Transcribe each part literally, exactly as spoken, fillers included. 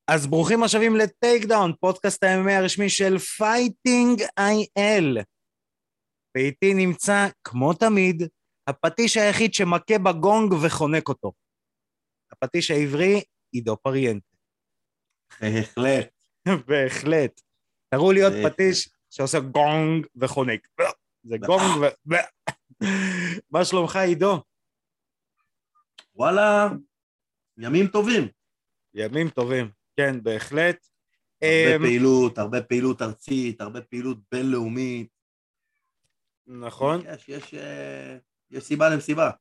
אז ברוכים השבים לטייק דאון, פודקאסט ה-אם אם איי הרשמי של פייטינג איי אל. ואיתי נמצא, כמו תמיד, הפטיש היחיד שמכה בגונג וחונק אותו. הפטיש העברי, עידו פריאנטה. בהחלט. בהחלט. תראו לי עוד פטיש שעושה גונג וחונק. זה גונג ו... מה שלומך, עידו? וואלה, ימים טובים. ימים טובים, כן, בהחלט. הרבה פעילות, הרבה פעילות ארצית, הרבה פעילות בינלאומית. נכון. יש, יש, יש סיבה למסיבה.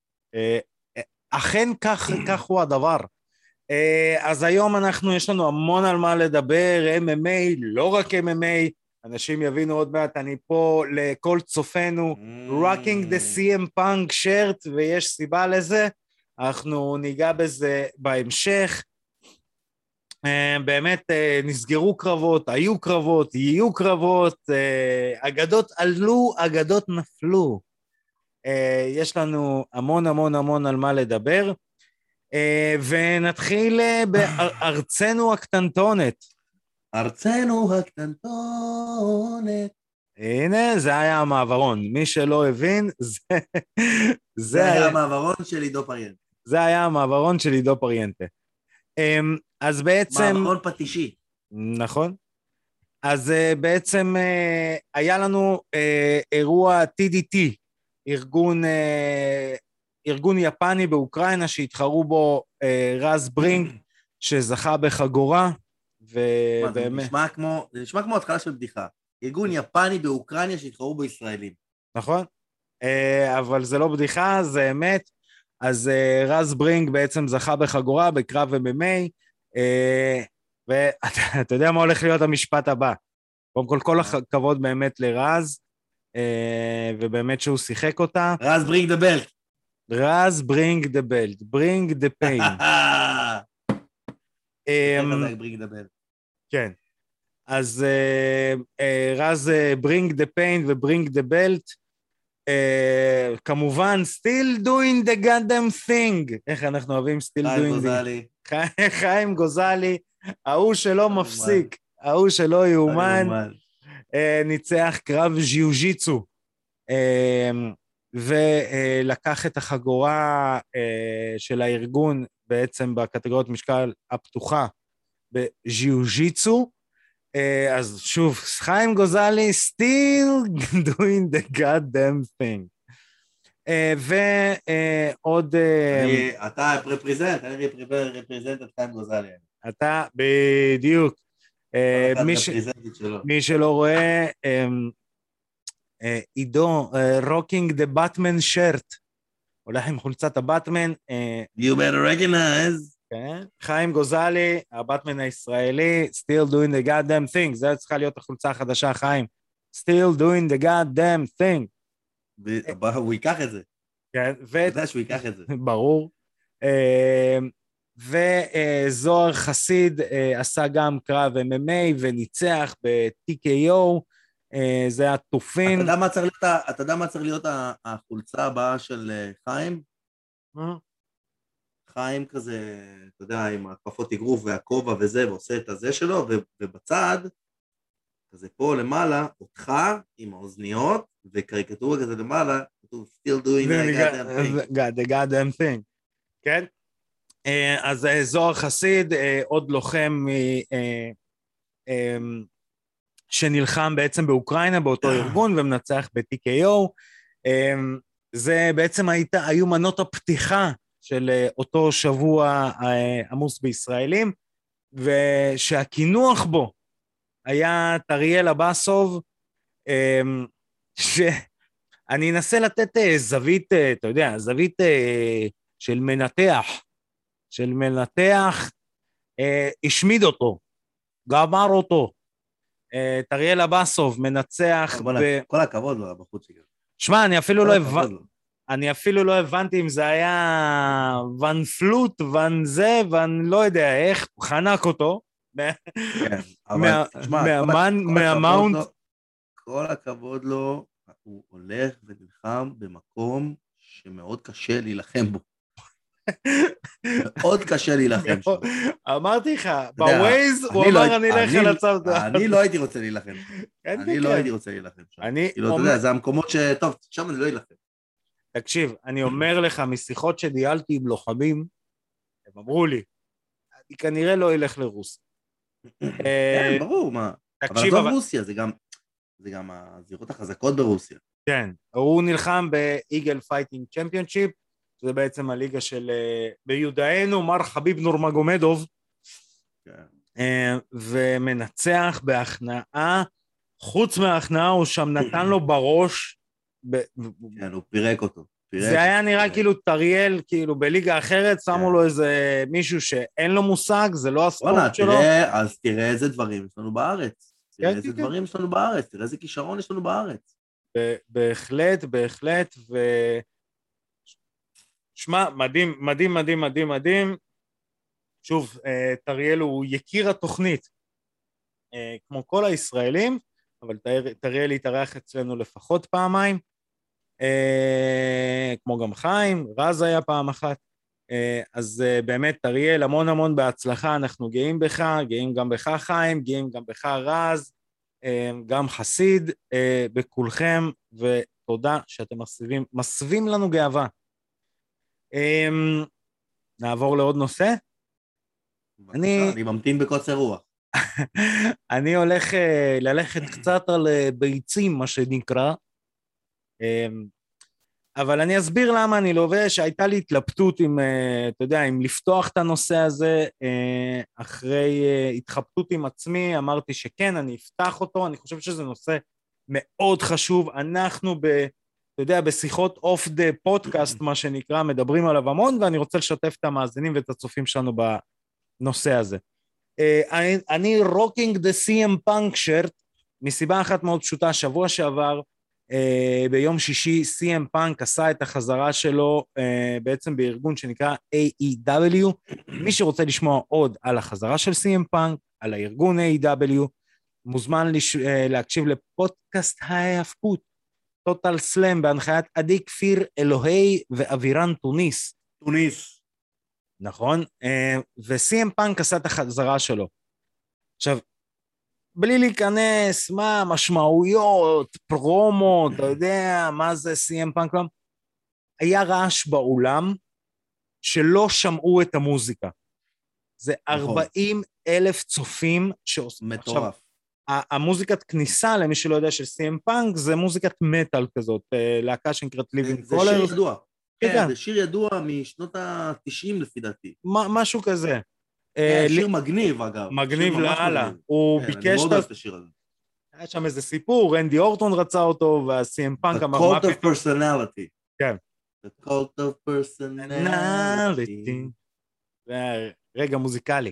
אכן כך, כך הוא הדבר. אז היום אנחנו, יש לנו המון על מה לדבר, אם אם איי, לא רק אם אם איי, אנשים יבינו עוד מעט, אני פה לכל צופנו, mm. rocking the סי אם Punk shirt, ויש סיבה לזה, אנחנו ניגע בזה בהמשך. באמת נסגרו קרבות, היו קרבות, יהיו קרבות, אגדות עלו, אגדות נפלו. יש לנו המון המון המון על מה לדבר, ונתחיל בארצנו הקטנטונת. ארצנו הקטנטונת. הנה, זה היה המעברון. מי שלא הבין, זה... זה היה המעברון של עידו פריאנטה. זה היה המעברון של עידו פריאנטה. אז בעצם... מעברון פטישי. נכון. אז בעצם היה לנו אירוע טי די טי, ארגון, ארגון יפני באוקראינה שהתחרו בו רז ברינג, שזכה בחגורה. מה, זה נשמע כמו, זה נשמע כמו התחלה של בדיחה. ארגון יפני באוקראינה שהתחרו בו ישראלים. נכון. אבל זה לא בדיחה, זה אמת. אז רז ברינג בעצם זכה בחגורה בקרב אם אם איי, ואתה יודע מה הולך להיות המשפט הבא. קודם כל, כל הכבוד באמת לרז, ובאמת שהוא שיחק אותה. רז ברינג דה בלט. רז ברינג דה בלט, ברינג דה פיין. ברינג דה בלט. כן. אז רז ברינג דה פיין וברינג דה בלט, כמובן, still doing the goddamn thing. איך אנחנו אוהבים still doing the... חיים גוזלי. חיים גוזלי, ההוא שלא מפסיק, ההוא שלא יאומן, ניצח קרב ז'יוג'יצו, ולקח את החגורה של הארגון בעצם בקטגוריות משקל הפתוחה בז'יוג'יצו. אז שוב, חיים גוזלי, still doing the goddamn thing. ועוד... אתה רפרזנט, אני רפרזנט את חיים גוזלי. אתה בדיוק. מי שלא רואה, עידו, rocking the Batman shirt, הולך עם חולצת הבטמן. You better recognize. חיים גוזלי, הבטמן הישראלי, still doing the goddamn thing, זה צריכה להיות החולצה החדשה, חיים. Still doing the goddamn thing. הוא ייקח את זה. כן. אתה יודע שהוא ייקח את זה. ברור. וזוהר חסיד עשה גם קרב אם אם איי וניצח ב-טי קיי או, זה התופין. אתה יודע מה צריך להיות החולצה הבאה של חיים? מה? חיים כזה, אתה יודע, עם הכפפות אגרוף והכובע וזה, ועושה את הזה שלו, ובצד, כזה פה למעלה, אותך עם האוזניות, וקריקטורה כזה למעלה, כתוב, still doing the goddamn thing. the goddamn thing, כן? אז זוהר חסיד, עוד לוחם שנלחם בעצם באוקראינה, באותו ארגון, ומנצח ב-טי קיי או, זה בעצם היו מנות הפתיחה, של אותו שבוע עמוס בישראלים, ושהכינוח בו היה טריאל אבסוב, שאני אנסה לתת זווית, אתה יודע, זווית של מנתח, של מנתח, השמיד אותו, גמר אותו, טריאל אבסוב מנצח, כל הכבוד לו, בחוץ שגר. שמע, אני אפילו לא הבנתי, אני אפילו לא הבנתי אם זה היה ון פלוט, ון זה, ון לא יודע איך, הוא חנק אותו. כן, אבל מהמאונט. כל הכבוד לו, הוא הולך ונלחם במקום שמאוד קשה להילחם בו. מאוד קשה להילחם שם. אמרתי לך, בווייז הוא אמר אני אלך על הצד. אני לא הייתי רוצה להילחם. כן, אני לא כן. הייתי רוצה להילחם שם. אני כאילו, אתה אומר- יודע, זה המקומות ש... טוב, שם אני לא אלחם. תקשיב, אני אומר לך, משיחות שדיילתי עם לוחמים, הם אמרו לי, אני כנראה לא אלך לרוסיה. כן, ברור, מה. אבל תקשיב, עזוב אבל... רוסיה, זה גם... זה גם הזירות החזקות ברוסיה. כן, הוא נלחם באיגל פייטינג צ'מפיונשיפ, שזה בעצם הליגה של אה, ביודענו, מר חביב נורמגומדוב, כן. אה, ומנצח בהכנעה, חוץ מההכנעה הוא שם נתן לו בראש, ב... כן, הוא פירק אותו. פירק זה היה אותו. נראה כאילו טריאל, כאילו בליגה אחרת, שמו כן. לו איזה מישהו שאין לו מושג, זה לא וואלה, הספורט שלו. תראה, אז תראה איזה דברים יש לנו בארץ. תראה כן, איזה כן, כן. דברים יש לנו בארץ. תראה איזה כישרון יש לנו בארץ. ב- בהחלט, בהחלט, ו... שמע, מדהים, מדהים, מדהים, מדהים, מדהים. שוב, אה, טריאל הוא יקיר התוכנית, אה, כמו כל הישראלים, אבל טר- טריאל התארח אצלנו לפחות פעמיים, אה, כמו גם חיים, רז היה פעם אחת, אה, אז אה, באמת, טריאל, המון המון בהצלחה, אנחנו גאים בך, גאים גם בך חיים, גאים גם בך רז, אה, גם חסיד, אה, בכולכם, ותודה שאתם מסבים, מסבים לנו גאווה. אה, נעבור לעוד נושא. אני- אני ממתין בקוצר רוח. אני הולך uh, ללכת קצת על uh, ביצים, מה שנקרא, um, אבל אני אסביר למה אני לובש, הייתה לי התלבטות עם, uh, אתה יודע, אם לפתוח את הנושא הזה, uh, אחרי uh, התחבטות עם עצמי, אמרתי שכן, אני אפתח אותו, אני חושב שזה נושא מאוד חשוב, אנחנו ב... אתה יודע, בשיחות אוף דה פודקאסט, מה שנקרא, מדברים עליו המון, ואני רוצה לשתף את המאזינים ואת הצופים שלנו בנושא הזה. Uh, אני, אני רוקינג דה סי אם פאנק שרט, מסיבה אחת מאוד פשוטה, שבוע שעבר, uh, ביום שישי, סי אם פאנק עשה את החזרה שלו, uh, בעצם בארגון שנקרא איי אי דאבליו, מי שרוצה לשמוע עוד על החזרה של סי אם פאנק, על הארגון איי אי דאבליו, מוזמן לש... uh, להקשיב לפודקאסט ההאבקות, טוטל סלאם, בהנחיית עדי כפיר אלוהי ואבירן טוניס, טוניס. נכון? ו-סי אם פאנק עשה את החזרה שלו. עכשיו, בלי להיכנס, מה, משמעויות, פרומו, אתה יודע, מה זה סי אם פאנק? היה רעש בעולם שלא שמעו את המוזיקה. זה ארבעים אלף צופים שעושים. מטורף. המוזיקת כניסה, למי שלא יודע של סי אם פאנק, זה מוזיקת מטל כזאת, להקה שנקראת Living זה Colors. שיר ידוע. כן, כן, זה שיר ידוע משנות ה-תשעים לפי דעתי. משהו כזה. כן, שיר מגניב אגב. מגניב לאללה. הוא ביקש... אני מאוד אוהב את השיר הזה. היה שם איזה סיפור, רנדי אורטון רצה אותו, וה-סי אם פאנק אמר... The cult of personality. כן. The cult of personality. רגע מוזיקלי.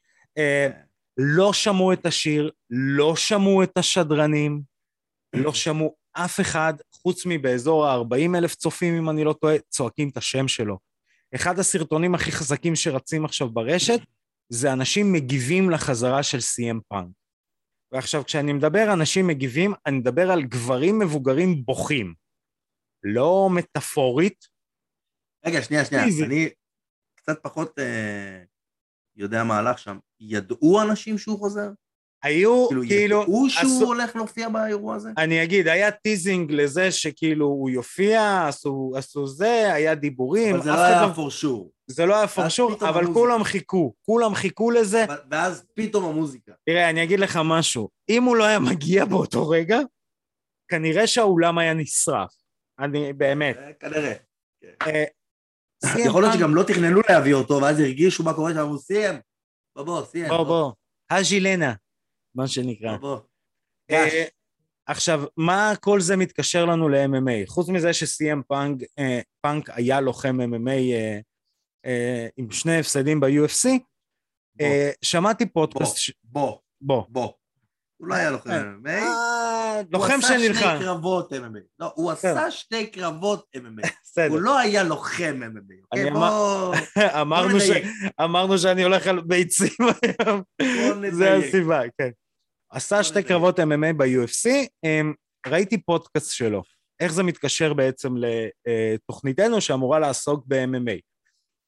לא שמעו את השיר, לא שמעו את השדרנים, לא שמעו אף אחד, חוץ מבאזור ה-ארבעים אלף צופים, אם אני לא טועה, צועקים את השם שלו. אחד הסרטונים הכי חזקים שרצים עכשיו ברשת, זה אנשים מגיבים לחזרה של סי אם פאנק. ועכשיו, כשאני מדבר אנשים מגיבים, אני מדבר על גברים מבוגרים בוכים. לא מטאפורית. רגע, שנייה, שנייה. אני קצת פחות אה, יודע מה הלך שם. ידעו אנשים שהוא חוזר? היו, כאילו, כאילו... ידעו שהוא עשו... הולך להופיע באירוע הזה? אני אגיד, היה טיזינג לזה שכאילו הוא יופיע, עשו, עשו זה, היה דיבורים. אבל זה לא היה פור שור. זה לא היה פור שור, אבל המוזיקה. כולם חיכו, כולם חיכו לזה. ואז פתאום המוזיקה. תראה, אני אגיד לך משהו, אם הוא לא היה מגיע באותו רגע, כנראה שהאולם היה נשרף. אני, באמת. כנראה. יכול להיות שגם לא תכננו להביא אותו, ואז הרגישו מה קורה שאנחנו סיים. בוא, בוא, סיים. בוא, בוא. הז'ילנה, מה שנקרא. בוא, בוא. עכשיו, מה כל זה מתקשר לנו ל-אם אם איי? חוץ מזה ש-סי אם פאנק, פאנק היה לוחם אם אם איי עם שני הפסדים ב-יו אף סי, שמעתי פודקאסט... בוא, בוא. בוא. הוא לא היה לוחם אם אם איי. לוחם שנלחם. הוא עשה שני קרבות אם אם איי. לא, הוא עשה שני קרבות אם אם איי. הוא לא היה לוחם אם אם איי. בוא... אמרנו שאני הולך על ביצים היום. זה הסיבה, כן. עשה שתי קרבות אם אם איי ב-יו אף סי, ראיתי פודקאסט שלו. איך זה מתקשר בעצם לתוכניתנו שאמורה לעסוק ב-אם אם איי.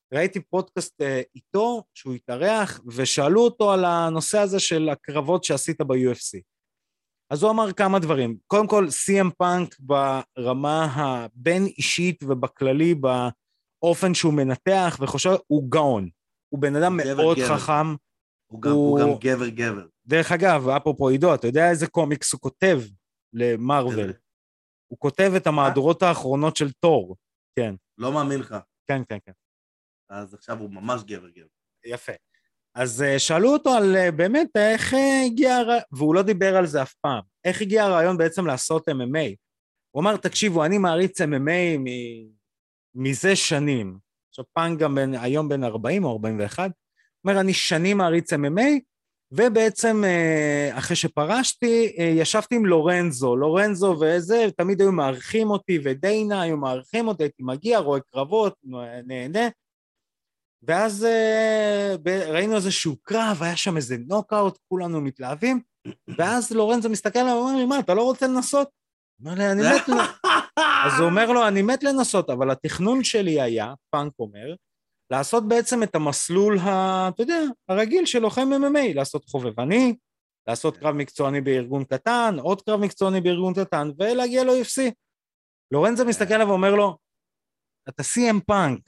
ראיתי פודקאסט איתו, שהוא התארח, ושאלו אותו על הנושא הזה של הקרבות שעשית ב-יו אף סי. אז הוא אמר כמה דברים. קודם כל, סי אם פאנק ברמה הבין אישית ובכללי, באופן שהוא מנתח וחושב, הוא גאון. הוא בן אדם גבר, מאוד גבר. חכם. הוא גם, הוא... הוא גם גבר גבר. דרך אגב, אפרופו עידו, אתה יודע איזה קומיקס הוא כותב למרוול? הוא כותב את המהדורות האחרונות של תור. כן. לא מאמין לך. כן, כן, כן. אז עכשיו הוא ממש גבר גבר. יפה. אז שאלו אותו על באמת איך הגיע, והוא לא דיבר על זה אף פעם, איך הגיע הרעיון בעצם לעשות אם אם איי. הוא אמר, תקשיבו, אני מעריץ אם אם איי מזה שנים. עכשיו פאנק גם בין, היום בין ארבעים או ארבעים ואחת, הוא אומר, אני שנים מעריץ אם אם איי, ובעצם אחרי שפרשתי, ישבתי עם לורנזו, לורנזו וזה, תמיד היו מערכים אותי, ודיינה היו מערכים אותי, הייתי מגיע, רואה קרבות, נהנה, ואז ראינו איזשהו קרב, היה שם איזה נוקאוט, כולנו מתלהבים, ואז לורנזו מסתכל עליו, הוא אומר לי, מה, אתה לא רוצה לנסות? הוא אומר לי, אני מת לנסות. אז הוא אומר לו, אני מת לנסות, אבל התכנון שלי היה, פאנק אומר, לעשות בעצם את המסלול, ה, אתה יודע, הרגיל של לוחם אם אם איי, לעשות חובבני, לעשות קרב מקצועני בארגון קטן, עוד קרב מקצועני בארגון קטן, ולהגיע ל-יו אף סי. לורנזו מסתכל עליו ואומר לו, אתה סי אם פאנק.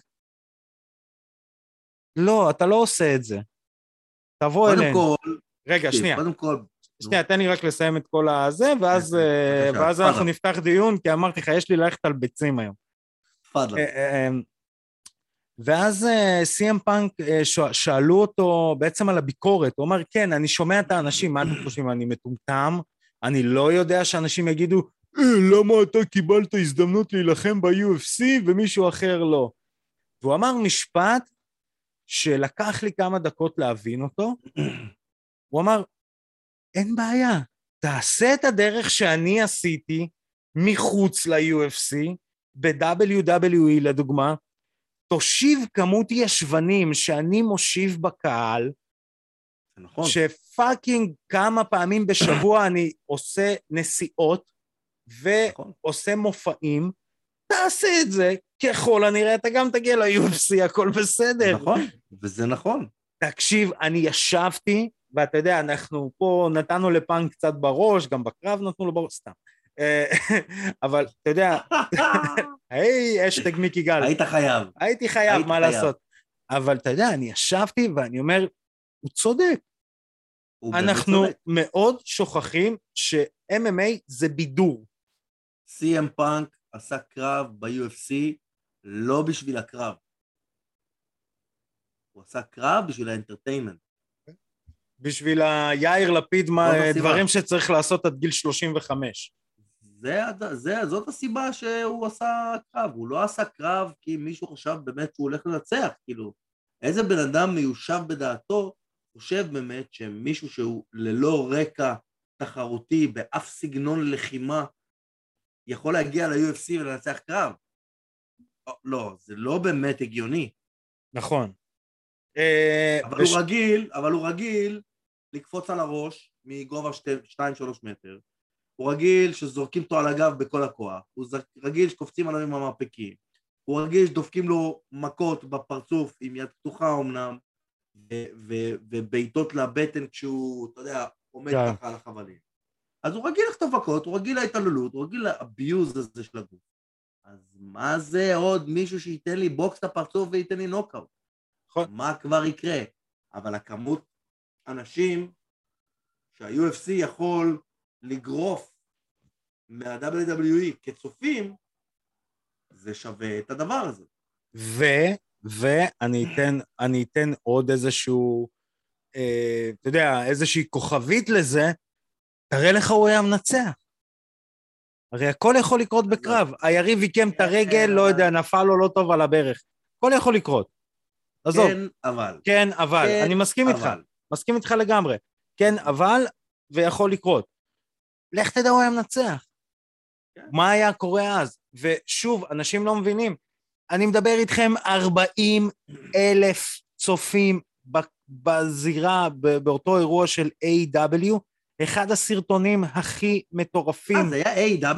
לא, אתה לא עושה את זה. תבוא אלינו. קודם כל... רגע, שנייה. קודם כל... שנייה, תן לי רק לסיים את כל הזה, ואז, ואז אנחנו נפתח דיון, כי אמרתי לך, יש לי ללכת על ביצים היום. פאדלה. ואז סי אם פאנק שאלו אותו בעצם על הביקורת, הוא אמר, כן, אני שומע את האנשים, מה אתם חושבים, אני מטומטם, אני לא יודע שאנשים יגידו, למה אתה קיבלת הזדמנות להילחם ב-יו אף סי ומישהו אחר לא? והוא אמר משפט שלקח לי כמה דקות להבין אותו, הוא אמר, אין בעיה, תעשה את הדרך שאני עשיתי מחוץ ל-יו אף סי, ב-דאבליו דאבליו אי לדוגמה, תושיב כמות ישבנים שאני מושיב בקהל, נכון. שפאקינג כמה פעמים בשבוע אני עושה נסיעות, ועושה מופעים, תעשה את זה, ככל הנראה אתה גם תגיע ל-יו אף סי, הכל בסדר. נכון, וזה נכון. תקשיב, אני ישבתי, ואתה יודע, אנחנו פה נתנו לפאנק קצת בראש, גם בקרב נתנו לו בראש, סתם. אבל אתה יודע, היי, אשטג מיקי גל. היית חייב. הייתי חייב, מה לעשות. אבל אתה יודע, אני ישבתי ואני אומר, הוא צודק. אנחנו מאוד שוכחים ש-אם אם איי זה בידור. סי אם פאנק עשה קרב ב-יו אף סי לא בשביל הקרב. הוא עשה קרב בשביל האנטרטיימנט. בשביל היאיר לפיד, דברים שצריך לעשות עד גיל שלושים וחמש. זה, זה, זאת הסיבה שהוא עשה קרב. הוא לא עשה קרב כי מישהו חשב באמת שהוא הולך לנצח. כאילו, איזה בן אדם מיושב בדעתו, חושב באמת שמישהו שהוא ללא רקע תחרותי, באף סגנון לחימה, יכול להגיע ל-יו אף סי ולנצח קרב. לא, זה לא באמת הגיוני. נכון. אבל הוא רגיל, אבל הוא רגיל לקפוץ על הראש מגובה שתיים שלוש מטר. הוא רגיל שזורקים אותו על הגב בכל הכוח. הוא רגיל שקופצים עליו עם המרפקים. הוא רגיל שדופקים לו מכות בפרצוף עם יד פתוחה אמנם, ובעיטות לבטן כשהוא, אתה יודע, עומד ככה על החבלים. אז הוא רגיל לכתוב מכות, הוא רגיל להתעללות, הוא רגיל לאביוז הזה של הגוף. אז מה זה עוד מישהו שייתן לי בוקס לפרצוף וייתן לי נוקאוט? מה כבר יקרה? אבל הכמות אנשים שה-יו אף סי יכול לגרוף מה-דאבליו דאבליו אי כצופים, זה שווה את הדבר הזה. ו, ואני אתן, אני אתן עוד איזשהו, אה, אתה יודע, איזושהי כוכבית לזה, תראה לך הוא היה מנצח. הרי הכל יכול לקרות בקרב. היריב יקם את הרגל, לא יודע, נפל לו לא טוב על הברך. הכל יכול לקרות. עזוב. כן, אבל. כן, אבל. כן, אני מסכים אבל. איתך. מסכים איתך לגמרי. כן, אבל, ויכול לקרות. לך תדע הוא היה מנצח. כן. מה היה קורה אז? ושוב, אנשים לא מבינים. אני מדבר איתכם ארבעים אלף צופים בזירה, באותו אירוע של איי דאבליו, אחד הסרטונים הכי מטורפים. אה, זה היה איי דאבליו?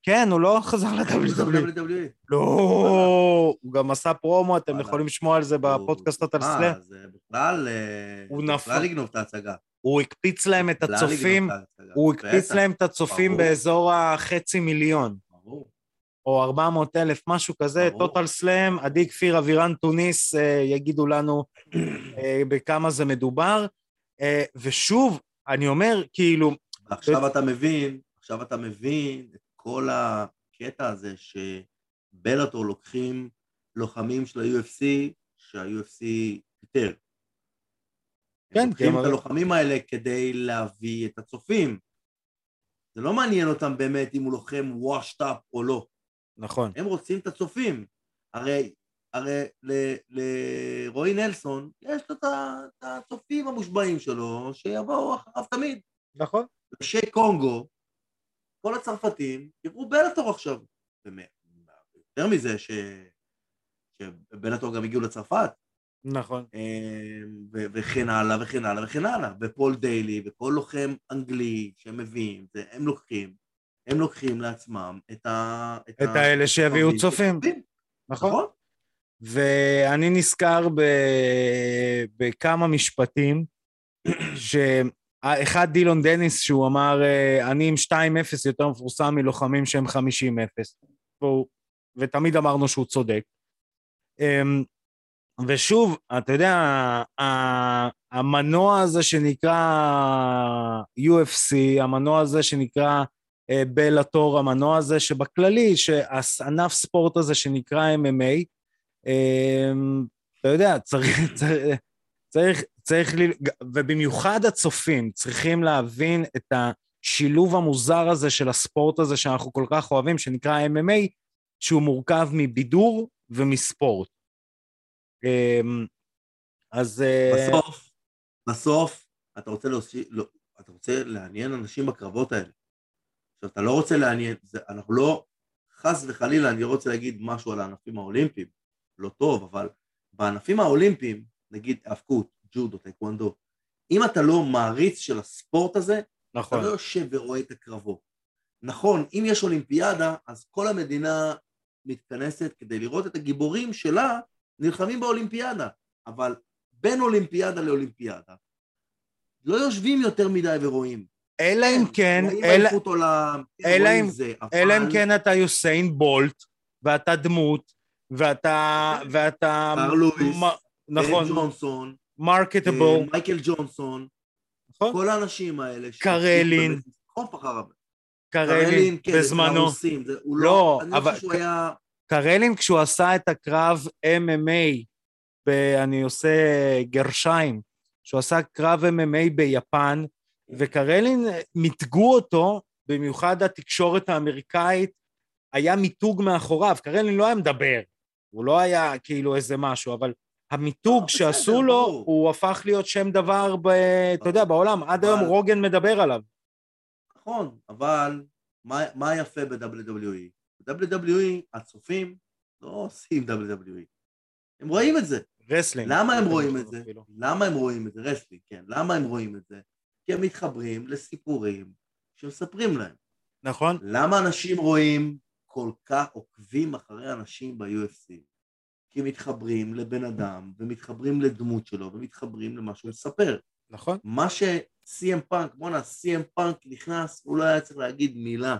כן, הוא לא חזר ל-דאבליו דאבליו אי. דאבליו דאבליו אי. לא, הוא גם עשה פרומו, אתם יכולים לשמוע על זה בפודקאסטות על סלאם. מה, זה בכלל, זה בכלל לגנוב את ההצגה. הוא הקפיץ להם את הצופים, הוא הקפיץ להם את הצופים באזור החצי מיליון. או ארבע מאות אלף, משהו כזה, טוטל סלאם, עדי כפיר, אבירן טוניס, יגידו לנו בכמה זה מדובר. ושוב, אני אומר, כאילו... עכשיו אתה מבין, עכשיו אתה מבין את כל הקטע הזה שבלאטור לוקחים לוחמים של ה-יו אף סי, שה-יו אף סי פיטר. הם לוקחים את הלוחמים האלה כדי להביא את הצופים. זה לא מעניין אותם באמת אם הוא לוחם washed up או לא. נכון. הם רוצים את הצופים. הרי, הרי לרועי נלסון יש לו את הצופים המושבעים שלו שיבואו אחריו תמיד. נכון. בשי קונגו, כל הצרפתים יראו בלאטור עכשיו. יותר מזה ש... שבלאטור גם הגיעו לצרפת. נכון. ו- וכן הלאה וכן הלאה וכן הלאה. ופול דיילי וכל לוחם אנגלי שהם מביאים, זה, הם לוקחים, הם לוקחים לעצמם את ה... את, את האלה שיביאו צופים. נכון. נכון. ואני נזכר ב... בכמה משפטים ש... אחד דילון דניס שהוא אמר, אני עם שתיים אפס יותר מפורסם מלוחמים שהם חמישים אפס, והוא, ותמיד אמרנו שהוא צודק. ושוב, אתה יודע, המנוע הזה שנקרא יו אף סי, המנוע הזה שנקרא בלאטור, המנוע הזה שבכללי, שהענף ספורט הזה שנקרא אם אם איי, אתה יודע, צריך... צריך צריך, צריך, ובמיוחד הצופים צריכים להבין את השילוב המוזר הזה של הספורט הזה שאנחנו כל כך אוהבים, שנקרא אם אם איי, שהוא מורכב מבידור ומספורט. אז... בסוף, בסוף, אתה רוצה להוסיף, לא, אתה רוצה לעניין אנשים בקרבות האלה. עכשיו, אתה לא רוצה לעניין, זה, אנחנו לא, חס וחלילה, אני רוצה להגיד משהו על הענפים האולימפיים, לא טוב, אבל בענפים האולימפיים, נגיד האבקות, ג'ודו, טייקוונדו, אם אתה לא מעריץ של הספורט הזה, נכון. אתה לא יושב ורואה את הקרבות. נכון, אם יש אולימפיאדה, אז כל המדינה מתכנסת כדי לראות את הגיבורים שלה נלחמים באולימפיאדה, אבל בין אולימפיאדה לאולימפיאדה, לא יושבים יותר מדי ורואים. אלא אם כן, אלא אם כן אתה יוסיין בולט, ואתה דמות, ואתה, ואתה... קארל לואיס. נכון, ג'ונסון, מרקטבל, מייקל ג'ונסון, נכון? כל האנשים האלה, קרלין, קרלין, בזמנו, לא, אבל קרלין כשהוא עשה את הקרב אם אם איי, אני עושה גרשיים, שהוא עשה קרב אם אם איי ביפן, וקרלין מתגו אותו, במיוחד התקשורת האמריקאית, היה מיתוג מאחוריו, קרלין לא היה מדבר, הוא לא היה כאילו איזה משהו, אבל המיתוג שעשו לו, הוא הפך להיות שם דבר, אתה יודע, בעולם, עד היום רוגן מדבר עליו. נכון, אבל מה יפה ב-דאבליו דאבליו אי? ב-דאבליו דאבליו אי, הצופים לא עושים דאבליו דאבליו אי. הם רואים את זה. רסלינג. למה הם רואים את זה? למה הם רואים את זה? רסלינג, כן. למה הם רואים את זה? כי הם מתחברים לסיפורים שמספרים להם. נכון. למה אנשים רואים כל כך עוקבים אחרי אנשים ב-יו אף סי? כי מתחברים לבן אדם, ומתחברים לדמות שלו, ומתחברים למה שהוא מספר. נכון. מה ש-סי אם פאנק, בוא'נה, סי אם פאנק נכנס, הוא לא היה צריך להגיד מילה.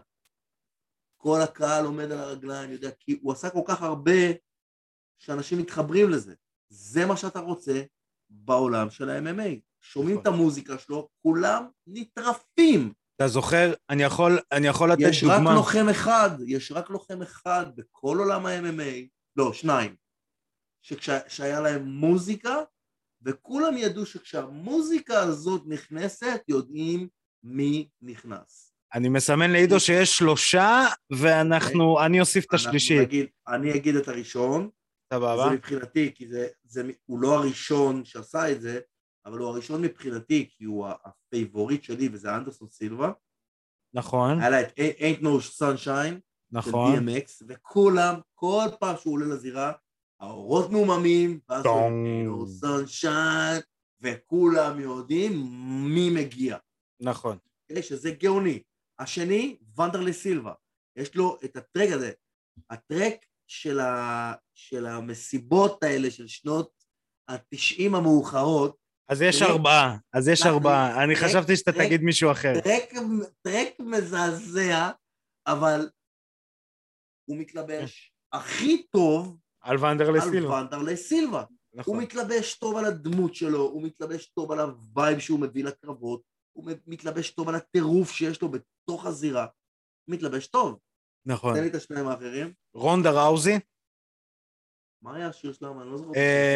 כל הקהל עומד על הרגליים, יודע, כי הוא עשה כל כך הרבה, שאנשים מתחברים לזה. זה מה שאתה רוצה בעולם של ה-אם אם איי. שומעים את המוזיקה שלו, כולם נטרפים. אתה זוכר, אני יכול, אני יכול לתת דוגמה. יש רק לוחם אחד, יש רק לוחם אחד בכל עולם ה-אם אם איי, לא, שניים. שכשהיה להם מוזיקה, וכולם ידעו שכשהמוזיקה הזאת נכנסת, יודעים מי נכנס. אני מסמן לעידו שיש שלושה, ואנחנו, אני אוסיף את השלישי. אני אגיד את הראשון, זה מבחינתי, כי הוא לא הראשון שעשה את זה, אבל הוא הראשון מבחינתי, כי הוא הפייבוריט שלי, וזה אנדרסון סילבה. נכון. היה לה את Ain't No Sunshine, נכון. של די אם אקס, וכולם, כל פעם שהוא עולה לזירה, האורות נוממים, ואז הוא No Sunshine, וכולם יודעים מי מגיע. נכון. שזה גאוני. השני, ונדרלי סילבה. יש לו את הטרק הזה, הטרק של, ה, של המסיבות האלה של שנות התשעים המאוחרות. אז יש טרק, ארבעה, אז יש ארבעה, אני טרק, חשבתי שאתה טרק, תגיד מישהו אחר. טרק, טרק מזעזע, אבל הוא מתלבש הכי טוב על ונדרלי על סילבה. ונדרלי סילבה. נכון. הוא מתלבש טוב על הדמות שלו, הוא מתלבש טוב על הווייב שהוא מביא לקרבות, הוא מתלבש טוב על הטירוף שיש לו בתוך הזירה, הוא מתלבש טוב. נכון. תן לי את השניים האחרים. רונדה ראוזי. מה היה השיר שלהם? אני לא זוכר.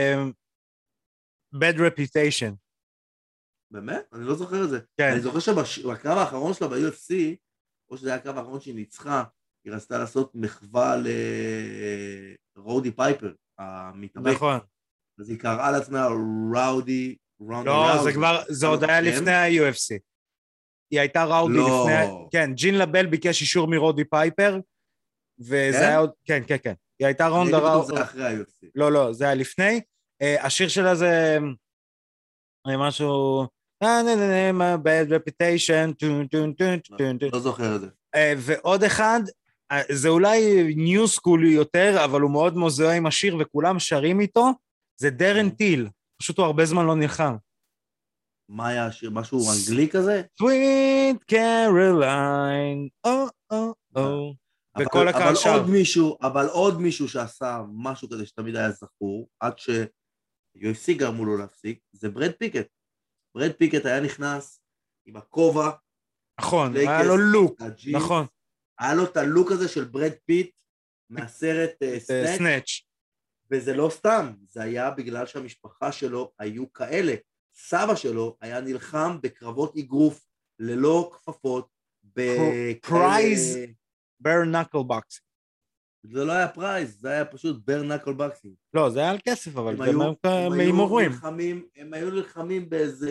Bad Reputation. באמת? אני לא זוכר את זה. כן. אני זוכר שבקרב האחרון שלה ב-יו אף סי, או שזה היה הקרב האחרון שהיא ניצחה, היא רצתה לעשות מחווה לרודי פייפר, המתאבק. נכון. אז היא קראה לעצמה ראודי, לא, זה כבר, זה עוד היה לפני ה-יו אף סי. היא הייתה ראודי לפני, כן, ג'ין לבל ביקש אישור מרודי פייפר, וזה היה עוד, כן, כן, כן. היא הייתה רונדה ראוזי. אני הייתי בטוח זה אחרי ה-יו אף סי. לא, לא, זה היה לפני. השיר שלה זה משהו, bad reputation, לא זוכר את זה. ועוד אחד, זה אולי ניו סקולי יותר, אבל הוא מאוד מוזיאו עם השיר, וכולם שרים איתו, זה דרן טיל. פשוט הוא הרבה זמן לא נלחם. מה היה השיר? משהו אנגלי כזה? Sweet Caroline, או, או, או. וכל הקהל שר. אבל עוד מישהו שעשה משהו כזה שתמיד היה זכור, עד ש-יו אף סי גרמו לו להפסיק, זה ברד פיקט. ברד פיקט היה נכנס עם הכובע. נכון, היה לו לוק, נכון. היה לו את הלוק הזה של ברד פיט מהסרט סנאץ'. וזה לא סתם, זה היה בגלל שהמשפחה שלו היו כאלה. סבא שלו היה נלחם בקרבות אגרוף ללא כפפות. פרייז בר נקל בוקסינג. זה לא היה פרייז, זה היה פשוט בר נקל בוקסינג. לא, זה היה על כסף, אבל זה מהימורים. הם היו נלחמים באיזה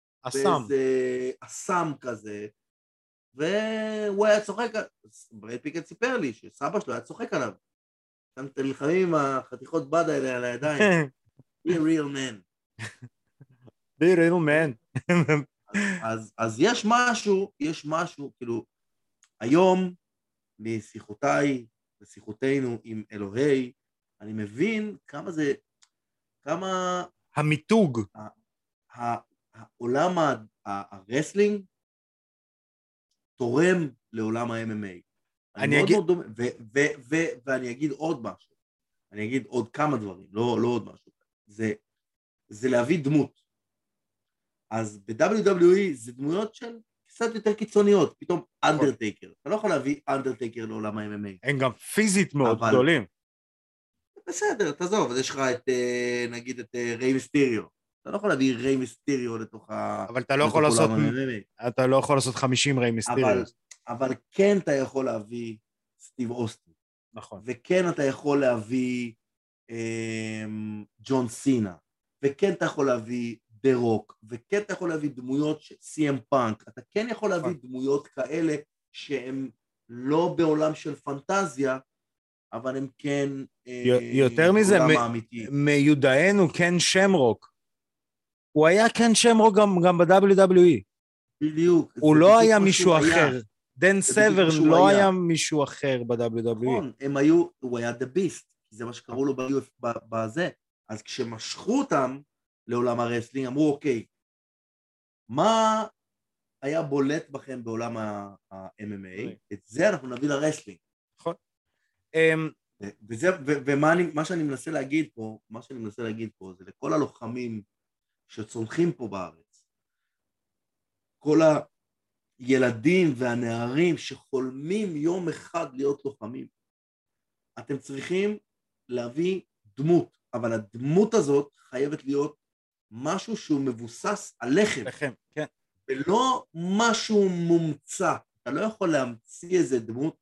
אסם כזה, והוא היה צוחק, ברד פיקט סיפר לי שסבא שלו היה צוחק עליו. אתם נלחמים עם החתיכות בד האלה על הידיים. Be a real man. Be a real man. אז, אז יש משהו, יש משהו, כאילו, היום, משיחותיי, בשיחותינו עם אלוהי, אני מבין כמה זה, כמה... המיתוג. העולם הרסלינג תורם לעולם ה-אם אם איי. אני אגיד... מאוד מאוד, ו, ו, ו, ואני אגיד עוד משהו. אני אגיד עוד כמה דברים, לא, לא עוד משהו. זה, זה להביא דמות. אז ב-דאבליו דאבליו אי זה דמויות של קצת יותר קיצוניות, פתאום אנדרטייקר. אתה לא יכול להביא אנדרטייקר לעולם ה-אם אם איי. הם גם פיזית מאוד אבל... גדולים. בסדר, תעזוב, אז יש לך את, נגיד, את ריי מיסטריו. אתה לא יכול להביא ריי מיסטריו לתוך ה... אבל אתה לא יכול לעשות... אתה לא יכול לעשות חמישים ריי מיסטריו. אבל, אבל כן אתה יכול להביא סטיב אוסטין. נכון. וכן אתה יכול להביא אמ, ג'ון סינה. וכן אתה יכול להביא דה רוק. וכן אתה יכול להביא דמויות של סי אם פאנק. אתה כן יכול להביא דמויות כאלה שהן לא בעולם של פנטזיה, אבל הם כן... יותר מזה, מיודענו קן שמרוק. הוא היה קן שמרוק גם, גם ב-דאבליו דאבליו אי. בדיוק. הוא לא היה מישהו אחר. דן סברן לא היה מישהו אחר ב-דאבליו דאבליו אי. נכון, הם היו, הוא היה The Beast, זה מה שקראו לו בזה. אז כשמשכו אותם לעולם הרסלינג, אמרו, אוקיי, מה היה בולט בכם בעולם ה-אם אם איי? את זה אנחנו נביא לרסלינג. נכון. וזה, ומה שאני מנסה להגיד פה, מה שאני מנסה להגיד פה, זה לכל הלוחמים שצומחים פה בארץ, כל הילדים והנערים שחולמים יום אחד להיות לוחמים, אתם צריכים להביא דמות, אבל הדמות הזאת חייבת להיות משהו שהוא מבוסס עליכם, לכם, כן. ולא משהו מומצא. אתה לא יכול להמציא איזה דמות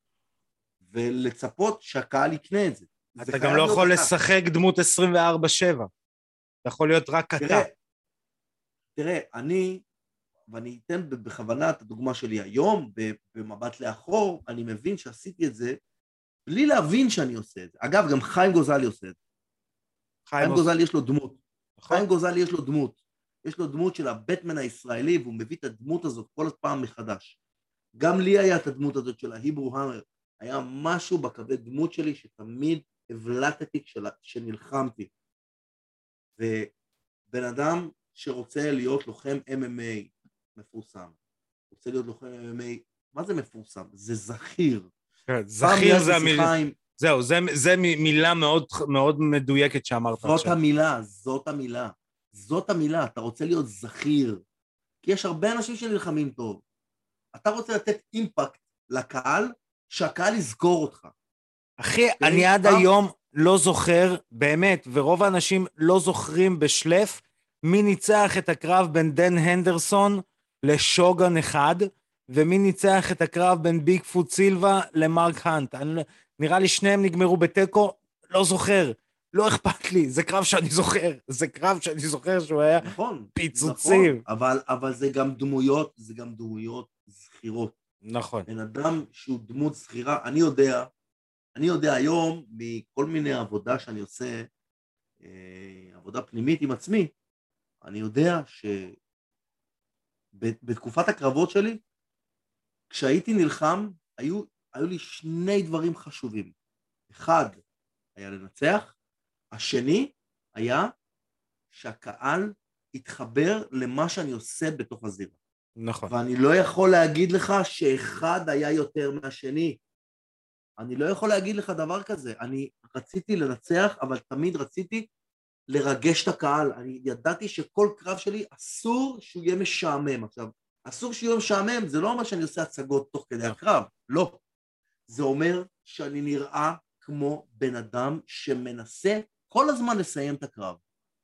ולצפות שהקהל יקנה את זה. אתה זה גם לא יכול לך. לשחק דמות עשרים וארבע שבע. אתה יכול להיות רק אתה. תראה, תראה, אני, ואני אתן בכוונה את הדוגמה שלי היום, במבט לאחור, אני מבין שעשיתי את זה, בלי להבין שאני עושה את זה. אגב, גם חיים גוזלי עושה את זה. חיים, חיים גוזלי יש לו דמות. נכון? חיים גוזלי יש לו דמות. יש לו דמות של הבטמן הישראלי, והוא מביא את הדמות הזאת כל פעם מחדש. גם לי היה את הדמות הזאת של ההיברו המר, היה משהו בקווי דמות שלי שתמיד הבלטתי כשנלחמתי. ובן אדם שרוצה להיות לוחם אם אם איי מפורסם, רוצה להיות לוחם אם אם איי, מה זה מפורסם? זה זכיר. זכיר זה המילה, זהו, זה מילה מאוד מדויקת שאמרת עכשיו. זאת המילה, זאת המילה. זאת המילה, אתה רוצה להיות זכיר. כי יש הרבה אנשים שנלחמים טוב. אתה רוצה לתת אימפקט לקהל, שהקהל יזכור אותך. אחי, אני עד היום לא זוכר, באמת, ורוב האנשים לא זוכרים בשלף, מי ניצח את הקרב בין דן הנדרסון לשוגן אחד, ומי ניצח את הקרב בין ביג פוט סילבה למרק האנט. אני, נראה לי שניהם נגמרו בטקו, לא זוכר, לא אכפת לי, זה קרב שאני זוכר, זה קרב שאני זוכר שהוא היה נכון, פיצוצים. נכון, אבל, אבל זה גם דמויות, זה גם דמויות זכירות. נכון. בן אדם שהוא דמות זכירה, אני יודע, אני יודע היום מכל מיני עבודה שאני עושה, עבודה פנימית עם עצמי, אני יודע שבתקופת הקרבות שלי, כשהייתי נלחם, היו, היו לי שני דברים חשובים. אחד היה לנצח, השני היה שהקהל יתחבר למה שאני עושה בתוך הזירה. נכון. ואני לא יכול להגיד לך שאחד היה יותר מהשני. אני לא יכול להגיד לך דבר כזה. אני רציתי לנצח, אבל תמיד רציתי לרגש את הקהל. אני ידעתי שכל קרב שלי אסור שהוא יהיה משעמם. עכשיו, אסור שהוא יהיה משעמם, זה לא אומר שאני עושה הצגות תוך כדי הקרב. לא. זה אומר שאני נראה כמו בן אדם שמנסה כל הזמן לסיים את הקרב.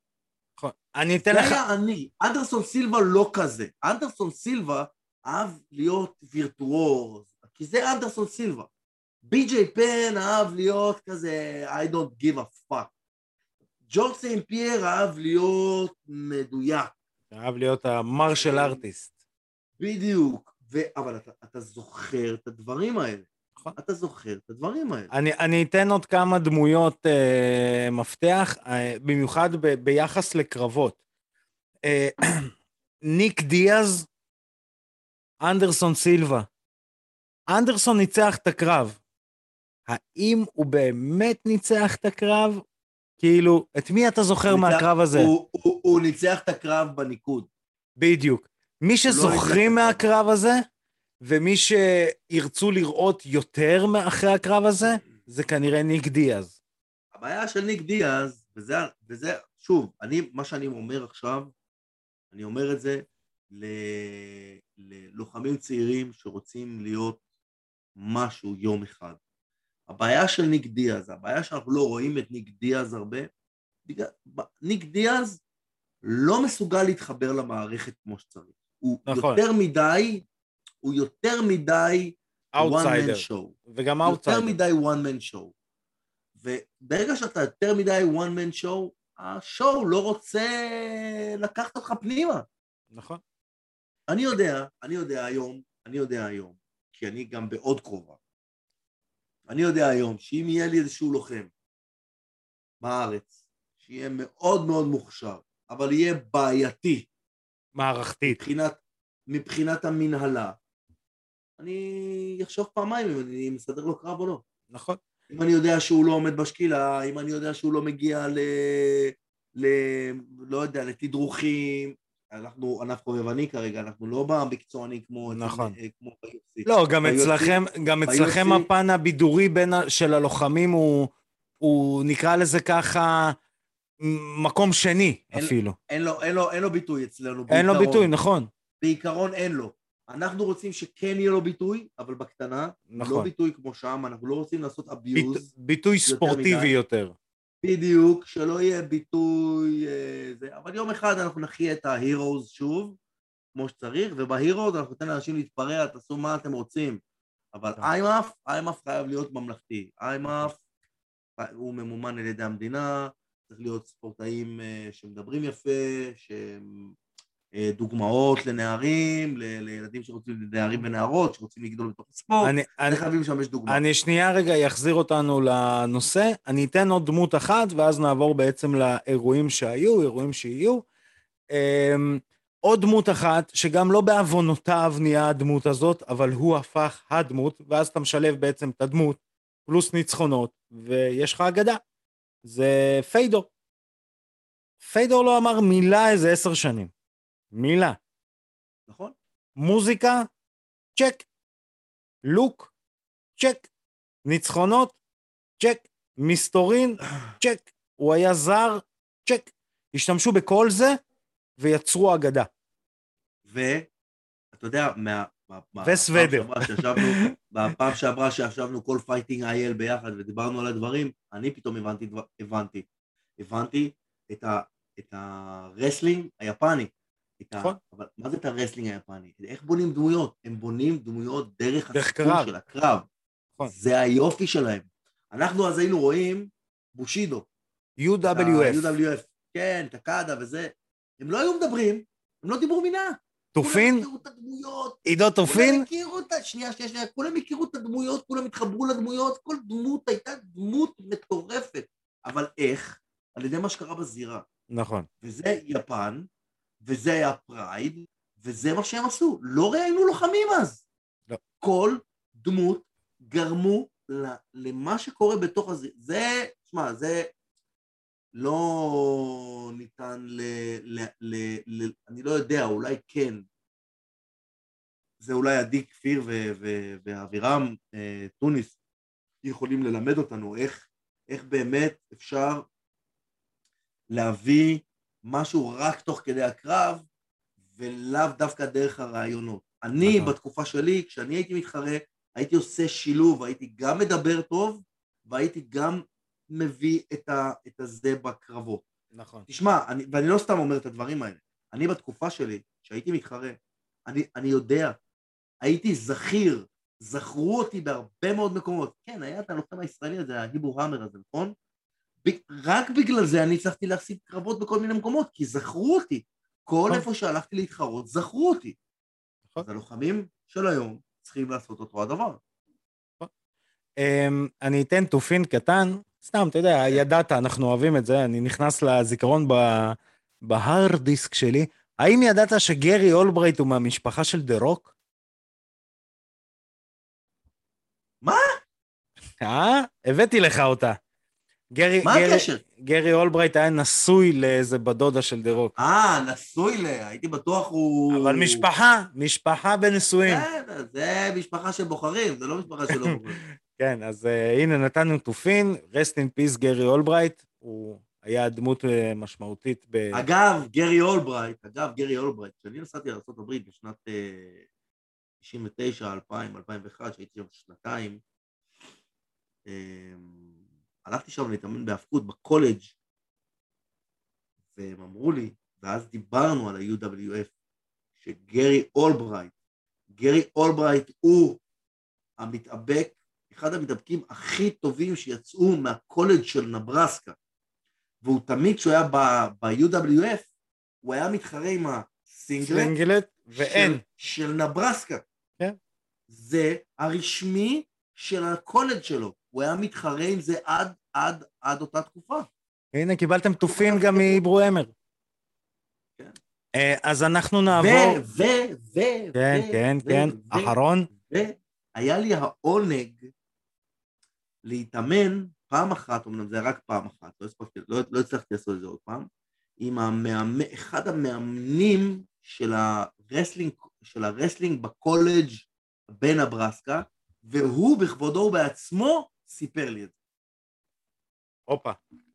אני אתן לך... זה היה אני. אנדרסון סילבה לא כזה. אנדרסון סילבה אהב להיות וירטואוז, כי זה אנדרסון סילבה. בי.ג'יי פן אהב להיות כזה I don't give a fuck. ג'ורג' סנט פייר אהב להיות מדויק. אהב להיות המרשל ארטיסט. בדיוק. ו... אבל אתה, אתה זוכר את הדברים האלה. אתה זוכר את הדברים האלה. אני, אני אתן עוד כמה דמויות אה, מפתח, אה, במיוחד ב, ביחס לקרבות. אה, ניק דיאז, אנדרסון סילבה. אנדרסון ניצח את הקרב. האם הוא באמת ניצח את הקרב? כאילו, את מי אתה זוכר ניצח, מהקרב הזה? הוא, הוא, הוא ניצח את הקרב בניקוד. בדיוק. מי שזוכרים לא מהקרב הזה, ומי שירצו לראות יותר מאחרי הקרב הזה, זה כנראה ניק דיאז. הבעיה של ניק דיאז, וזה, וזה שוב, אני, מה שאני אומר עכשיו, אני אומר את זה ל, ללוחמים צעירים שרוצים להיות משהו יום אחד. הבעיה של ניק דיאז, הבעיה שאנחנו לא רואים את ניק דיאז הרבה, ניק דיאז לא מסוגל להתחבר למערכת כמו שצריך. הוא נכון. יותר מדי, הוא יותר מדי one man show. וגם outsider. יותר מדי one man show. וברגע שאתה יותר מדי one man show, השואו לא רוצה לקחת אותך פנימה. נכון. אני יודע, אני יודע היום, אני יודע היום, כי אני גם בעוד קרובה. אני יודע היום שאם יהיה לי איזשהו לוחם בארץ, שיהיה מאוד מאוד מוכשר, אבל יהיה בעייתי. מערכתית. מבחינת, מבחינת המנהלה. אני אחשוב פעמיים אם אני מסדר לו קרב או לא. נכון. אם אני יודע שהוא לא עומד בשקילה, אם אני יודע שהוא לא מגיע ל... ל... לא יודע, לתדרוכים, אנחנו ענף חובבני כרגע, אנחנו לא במקצועני כמו... נכון. כמו לא, גם אצלכם, גם אצלכם הפן הבידורי בין של הלוחמים הוא, הוא נקרא לזה ככה, מקום שני אפילו. אין לו, אין לו, אין לו ביטוי אצלנו. אין לו ביטוי, נכון. בעיקרון אין לו. אנחנו רוצים שכן יהיה לו ביטוי, אבל בקטנה, נכון. לא ביטוי כמו שם, אנחנו לא רוצים לעשות אביוז. ביטוי ספורטיבי יותר. בדיוק, שלא יהיה ביטוי, זה, אבל יום אחד אנחנו נחיה את ההירוז שוב, כמו שצריך, ובהירוז אנחנו ניתן לאנשים להתפרע, תעשו מה אתם רוצים, אבל איימאף, איימאף חייב להיות ממלכתי, איימאף הוא ממומן על ידי המדינה, צריך להיות ספורטאים שמדברים יפה, שהם דוגמאות לנערים, לילדים שרוצים, לנערים ונערות, שרוצים לגדול בתוך הספורט, זה חייבים לשמש דוגמה. אני שנייה רגע יחזיר אותנו לנושא, אני אתן עוד דמות אחת, ואז נעבור בעצם לאירועים שהיו, אירועים שיהיו. עוד דמות אחת, שגם לא בעוונותיו נהיה הדמות הזאת, אבל הוא הפך הדמות, ואז אתה משלב בעצם את הדמות, פלוס ניצחונות, ויש לך אגדה. זה פיידור. פיידור לא אמר מילה איזה עשר שנים. מילה. נכון? מוזיקה, צ'ק. לוק, צ'ק. ניצחונות, צ'ק. מסתורין, צ'ק. הוא היה זר, צ'ק. השתמשו בכל זה, ויצרו אגדה. ואתה יודע, מה... וסוודר. בפעם שעברה שישבנו כל פייטינג אייל ביחד ודיברנו על הדברים, אני פתאום הבנתי, הבנתי, הבנתי את, ה, את הרסלינג היפני. נכון. אבל מה זה את הרסלינג היפני? איך בונים דמויות? הם בונים דמויות דרך הסיפור קרב. של הקרב. נכון. זה היופי שלהם. אנחנו אז היינו רואים בושידו. יו דאבליו אף. יו דאבליו אף. כן, תקאדה וזה. הם לא היו מדברים, הם לא דיברו מינה. תופין? כולם הכירו את הדמויות. עידו תופין? כולם הכירו את ה... שנייה, שנייה, שנייה. כולם הכירו את הדמויות, כולם התחברו לדמויות, כל דמות הייתה דמות מטורפת. אבל איך? על ידי מה שקרה בזירה. נכון. וזה יפן, וזה היה פרייד, וזה מה שהם עשו. לא ראינו לוחמים אז. לא. כל דמות גרמו למה שקורה בתוך הזה. זה, תשמע, זה... לא ניתן ל, ל, ל, ל... אני לא יודע, אולי כן. זה אולי עדי כפיר ואבירם אה, טוניס יכולים ללמד אותנו איך, איך באמת אפשר להביא משהו רק תוך כדי הקרב, ולאו דווקא דרך הרעיונות. אני נכון. בתקופה שלי, כשאני הייתי מתחרה, הייתי עושה שילוב, הייתי גם מדבר טוב, והייתי גם... מביא את, ה, את הזה בקרבות. נכון. תשמע, אני, ואני לא סתם אומר את הדברים האלה, אני בתקופה שלי, שהייתי מתחרה, אני, אני יודע, הייתי זכיר, זכרו אותי בהרבה מאוד מקומות, כן, היה את הלוחם הישראלי הזה, ההיבו המר הזה, נכון? רק בגלל זה אני הצלחתי להפסיד קרבות בכל מיני מקומות, כי זכרו אותי, כל נכון. איפה שהלכתי להתחרות, זכרו אותי. נכון. אז הלוחמים של היום צריכים לעשות אותו הדבר. Um, אני אתן תופין קטן, סתם, אתה יודע, ידעת, אנחנו אוהבים את זה, אני נכנס לזיכרון בהארד דיסק שלי. האם ידעת שגרי אולברייט הוא מהמשפחה של דה רוק? מה? אה? הבאתי לך אותה. גרי, מה גרי, הקשר? גרי אולברייט היה נשוי לאיזה בדודה של דה רוק. אה, נשוי ל... הייתי בטוח הוא... אבל משפחה, משפחה בנשואים. כן, זה משפחה של בוחרים, זה לא משפחה שלא בוחרים. כן, אז uh, הנה נתנו תופין, rest in peace גרי אולברייט, הוא היה דמות uh, משמעותית ב... אגב, גרי אולברייט, אגב, גרי אולברייט, כשאני נסעתי לארצות הברית בשנת uh, תשעים ותשע, אלפיים, אלפיים ואחת, שהייתי שם שנתיים, um, הלכתי שם להתאמן בהפקות בקולג' והם אמרו לי, ואז דיברנו על ה-יו דאבליו אף, שגרי אולברייט, גרי אולברייט הוא המתאבק, אחד המתאבקים הכי טובים שיצאו מהקולג' של נברסקה, והוא תמיד כשהוא היה ב-יו דאבליו אף, הוא היה מתחרה עם הסינגלט ואין. של, של נברסקה. כן. זה הרשמי של הקולג' שלו, הוא היה מתחרה עם זה עד, עד, עד אותה תקופה. הנה, קיבלתם תופין גם מאיברו אמר. כן. אז אנחנו נעבור... ו, ו, ו, כן, ו, כן, ו, כן, ו, אחרון. והיה לי העונג להתאמן פעם אחת, אומנם זה רק פעם אחת, לא, הספקתי, לא, לא הצלחתי לעשות את זה עוד פעם, עם המאמן, אחד המאמנים של הרסלינג, של הרסלינג בקולג' בנברסקה, והוא בכבודו ובעצמו סיפר לי את זה. אופה.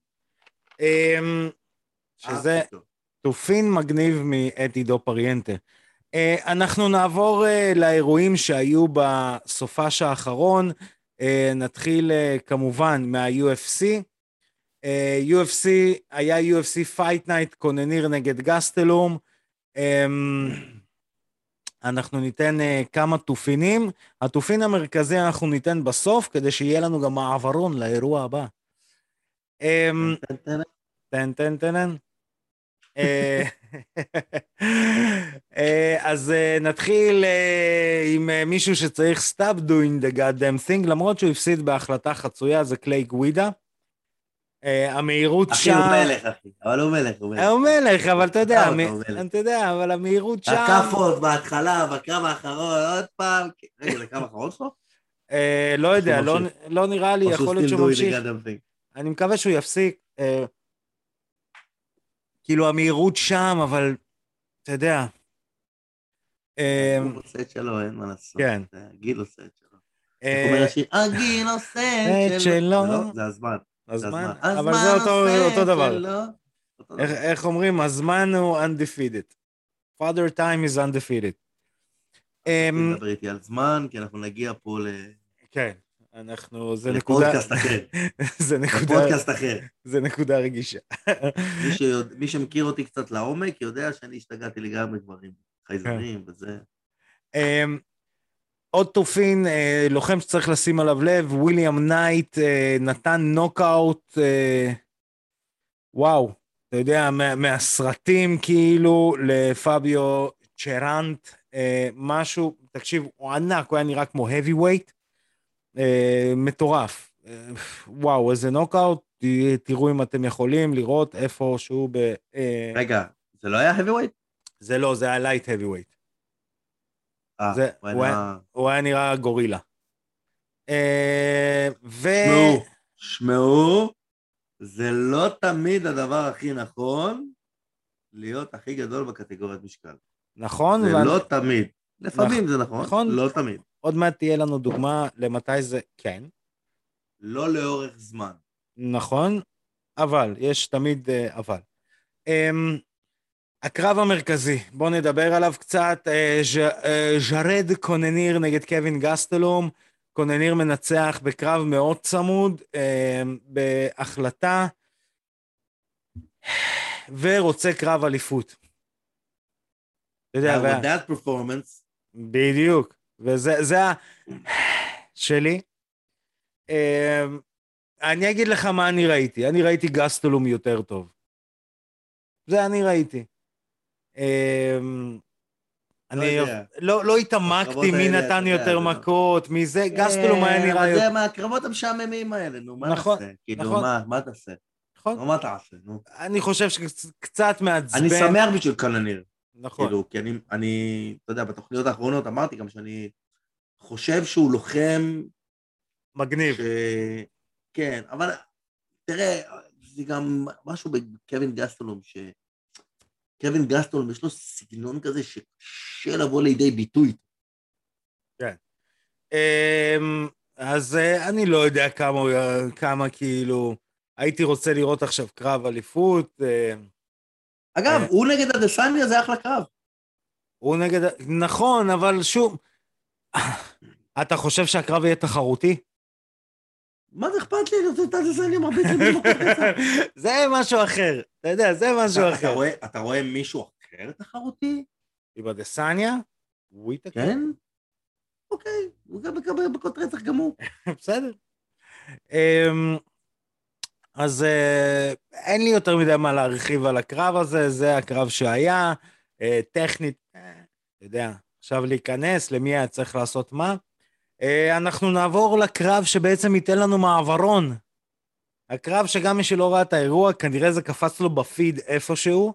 שזה תופין מגניב מאתידו פריאנטה. אנחנו נעבור לאירועים שהיו בסופש האחרון, נתחיל כמובן מה-יו אף סי. יו אף סי היה יו אף סי Fight Night, קונניר נגד גסטלום. אנחנו ניתן כמה תופינים. התופין המרכזי אנחנו ניתן בסוף, כדי שיהיה לנו גם מעברון לאירוע הבא. טן טן טן. אז נתחיל עם מישהו שצריך stop doing the goddamn thing, למרות שהוא הפסיד בהחלטה חצויה, זה קליי גווידה. המהירות אחי, שם... הוא מלך, אחי. אבל הוא מלך, הוא מלך. הוא מלך, אבל אתה יודע, הוא אתה יודע, אבל המהירות שם... הכאפות בהתחלה, בקרב האחרון, עוד פעם... רגע, זה קרב האחרון שלו? לא יודע, לא נראה לי, יכול להיות שהוא ממשיך. אני מקווה שהוא יפסיק. כאילו, המהירות שם, אבל... אתה יודע... הוא עושה את שלו, אין מה לעשות. כן. גיל עושה את שלו. איך אומר השיר? הגיל עושה את שלו. זה הזמן. הזמן, אבל זה אותו דבר. איך אומרים? הזמן הוא undefeated. Father time is undefeated. נדבר איתי על זמן, כי אנחנו נגיע פה ל... כן, אנחנו... זה לפודקאסט אחר. זה לפודקאסט אחר. זה נקודה רגישה. מי שמכיר אותי קצת לעומק יודע שאני השתגעתי לגמרי דברים. חייזרים וזה. עוד תופין, לוחם שצריך לשים עליו לב, וויליאם נייט נתן נוקאוט, וואו, אתה יודע, מהסרטים כאילו, לפביו צ'רנט, משהו, תקשיב, הוא ענק, הוא היה נראה כמו heavyweight, מטורף, וואו, איזה נוקאוט, תראו אם אתם יכולים לראות איפה שהוא ב... רגע, זה לא היה heavyweight? זה לא, זה היה light heavyweight. זה, הוא, הוא, היה, הוא היה נראה גורילה. ו... שמעו, שמעו, זה לא תמיד הדבר הכי נכון להיות הכי גדול בקטגוריית משקל. נכון. זה ואני... לא תמיד. לפעמים נכ... זה נכון, נכון, לא תמיד. עוד מעט תהיה לנו דוגמה למתי זה כן. לא לאורך זמן. נכון, אבל, יש תמיד אבל. הקרב המרכזי, בואו נדבר עליו קצת, ז'רד קונניר נגד קווין גסטלום, קונניר מנצח בקרב מאוד צמוד, בהחלטה, ורוצה קרב אליפות. With that performance. בדיוק, וזה ה... שלי. אני אגיד לך מה אני ראיתי, אני ראיתי גסטלום יותר טוב. זה אני ראיתי. אני לא התעמקתי מי נתן יותר מכות, מי זה, גסטלום היה נראה יותר. זה מהקרבות המשעממים האלה, נו, מה נעשה? כאילו, מה תעשה? נו, מה תעשה? אני חושב שקצת מעצבן. אני שמח בשביל קונניר. נכון. כאילו, כי אני, אתה יודע, בתוכניות האחרונות אמרתי גם שאני חושב שהוא לוחם... מגניב. כן, אבל תראה, זה גם משהו בקווין גסטלום, ש... קווין גסטלום יש לו סגנון כזה שקשה לבוא לידי ביטוי. כן. אז אני לא יודע כמה, כמה כאילו, הייתי רוצה לראות עכשיו קרב אליפות. אגב, הוא נגד אדסניה זה אחלה קרב. הוא נגד, נכון, אבל שוב, אתה חושב שהקרב יהיה תחרותי? מה זה אכפת לי? אני רוצה אדסניה מרביץ לי במקום כזה. זה משהו אחר, אתה יודע, זה משהו אחר. אתה רואה מישהו אחר תחרותי? עם אדסניה? כן? אוקיי, הוא גם מקבל בקות רצח גם הוא. בסדר. אז אין לי יותר מדי מה להרחיב על הקרב הזה, זה הקרב שהיה, טכנית, אתה יודע, עכשיו להיכנס, למי היה צריך לעשות מה. אנחנו נעבור לקרב שבעצם ייתן לנו מעברון. הקרב שגם מי שלא ראה את האירוע, כנראה זה קפץ לו בפיד איפשהו.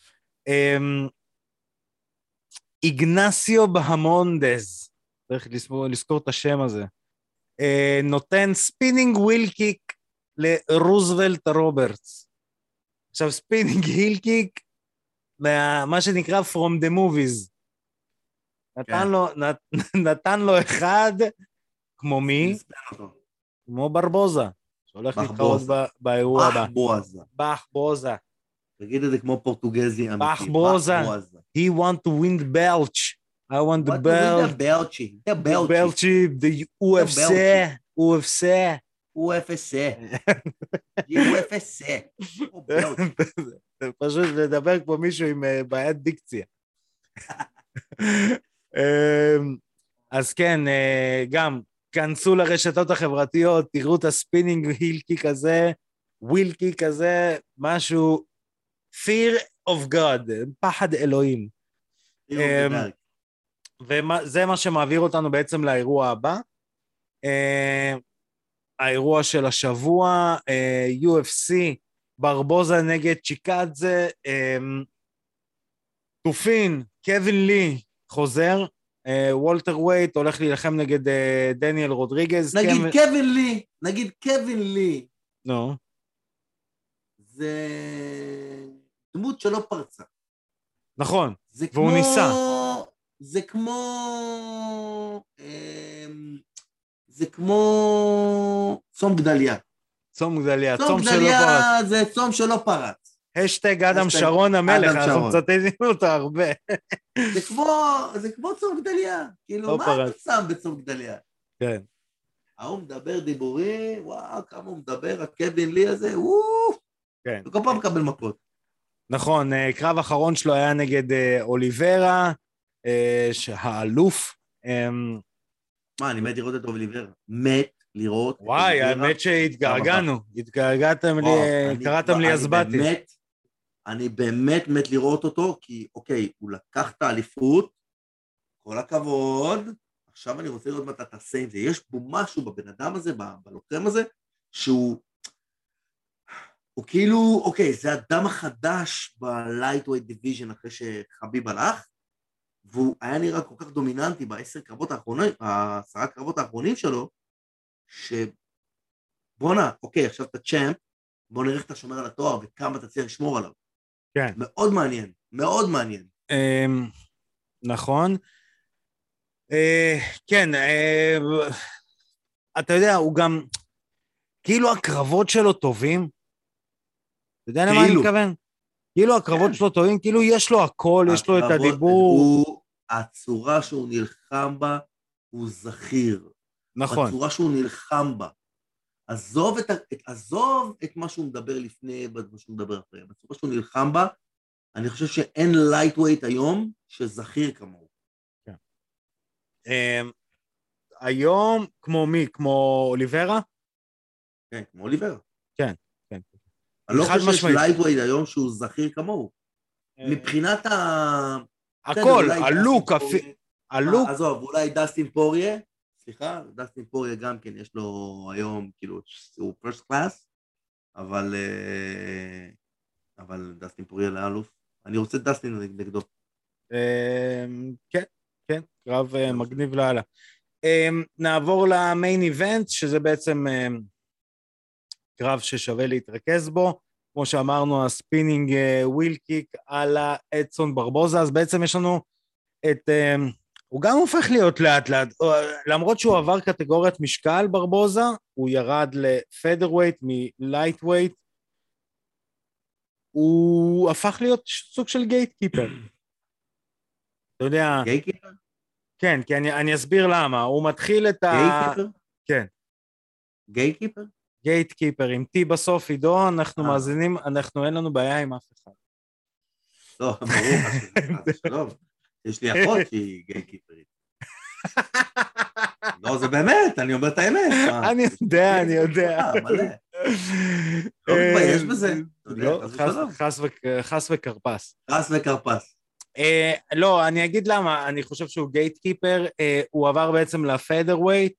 איגנסיו בהמונדז, צריך לזכור את השם הזה, נותן ספינינג וויל קיק לרוזוולט רוברטס. עכשיו ספינינג היל קיק, מה שנקרא From the Movies. נתן לו, נתן לו אחד, כמו מי? כמו ברבוזה, שהולך להתחרות באירוע הבא. בחבוזה. בחבוזה. תגיד את זה כמו פורטוגזי אמיתי. בחבוזה. He want to win the belch. I want the belt. What the belchy? The belchy. The U F C. U F C. U F C. U F C. פשוט לדבר כמו מישהו עם בעיית דיקציה. אז כן, גם כנסו לרשתות החברתיות, תראו את הספינינג הילקי כזה, ווילקי כזה, משהו, fear of God, פחד אלוהים. וזה מה שמעביר אותנו בעצם לאירוע הבא. האירוע של השבוע, יו אף סי, ברבוזה נגד צ'יקדזה, טופין, קווין לי חוזר, וולטר ווייט הולך להילחם נגד דניאל רודריגז. נגיד קווין לי, נגיד קווין לי. נו. זה דמות שלא פרצה. נכון, והוא כמו, ניסה. זה כמו... זה כמו... צום גדליה. צום גדליה, צום, צום גדליה שלא פרץ. זה צום שלא פרץ. השטג אדם שרון המלך, אנחנו מצטטים אותו הרבה. זה כמו, זה כמו צום גדליה. כאילו, לא מה פרץ. אתה שם בצום גדליה? כן. ההוא מדבר דיבורים, וואו, כמה הוא מדבר, הקווין לי הזה, וואו. כן. וכל פעם מקבל מכות. נכון, קרב אחרון שלו היה נגד אוליברה, האלוף. מה, אני מת לראות את אוליברה. מת לראות את אוליברה. וואי, האמת שהתגעגענו. התגעגעתם לי, קראתם לי אז באתי. אני באמת מת לראות אותו, כי אוקיי, הוא לקח את האליפות, כל הכבוד, עכשיו אני רוצה לראות מה אתה תעשה עם זה. יש פה משהו בבן אדם הזה, בלוחם הזה, שהוא... הוא כאילו, אוקיי, זה הדם החדש ב-Lightweight Division אחרי שחביב הלך, והוא היה נראה כל כך דומיננטי בעשר קרבות האחרונים, בעשרה קרבות האחרונים שלו, שבואנה, אוקיי, עכשיו אתה צ'אמפ, בוא נראה איך אתה שומר על התואר וכמה אתה צריך לשמור עליו. כן. מאוד מעניין, מאוד מעניין. נכון. כן, אתה יודע, הוא גם, כאילו הקרבות שלו טובים, אתה יודע למה אני מתכוון? כאילו הקרבות שלו טובים, כאילו יש לו הכל, יש לו את הדיבור. הצורה שהוא נלחם בה, הוא זכיר. נכון. הצורה שהוא נלחם בה. עזוב את, עזוב את מה שהוא מדבר לפני, מה שהוא מדבר אחרי. בצורה שהוא נלחם בה, אני חושב שאין lightweight היום שזכיר כמוהו. כן. היום, כמו מי? כמו אוליברה? כן, כמו אוליברה. כן, כן. אני לא חושב שיש lightweight היום שהוא זכיר כמוהו. מבחינת ה... הכל, הלוק, הלוק. עזוב, אולי דסטין פוריה, סליחה, דסטין פוריה גם כן יש לו היום, כאילו, הוא first class, אבל, אבל דסטין פוריה לאלוף. אני רוצה דסטין נגדו. כן, כן, קרב מגניב לעלה. נעבור למיין איבנט, שזה בעצם קרב ששווה להתרכז בו. כמו שאמרנו, הספינינג וויל קיק על האדסון ברבוזה, אז בעצם יש לנו את, הוא גם הופך להיות לאט לאט, למרות שהוא עבר קטגוריית משקל ברבוזה, הוא ירד לפדרווייט מלייטווייט, הוא הפך להיות סוג של גייט קיפר. אתה יודע... גייט קיפר? כן, כי אני, אני אסביר למה, הוא מתחיל את ה... גייט קיפר? כן. גייט קיפר? גייט קיפר, עם טי בסוף, עידו, אנחנו מאזינים, אנחנו אין לנו בעיה עם אף אחד. לא, ברור, שלום. יש לי אחות שהיא גייט קיפרית. לא, זה באמת, אני אומר את האמת. אני יודע, אני יודע. מלא. לא מתבייש בזה. חס וקרפס. חס וקרפס. לא, אני אגיד למה, אני חושב שהוא גייט קיפר, הוא עבר בעצם לפדרווייט,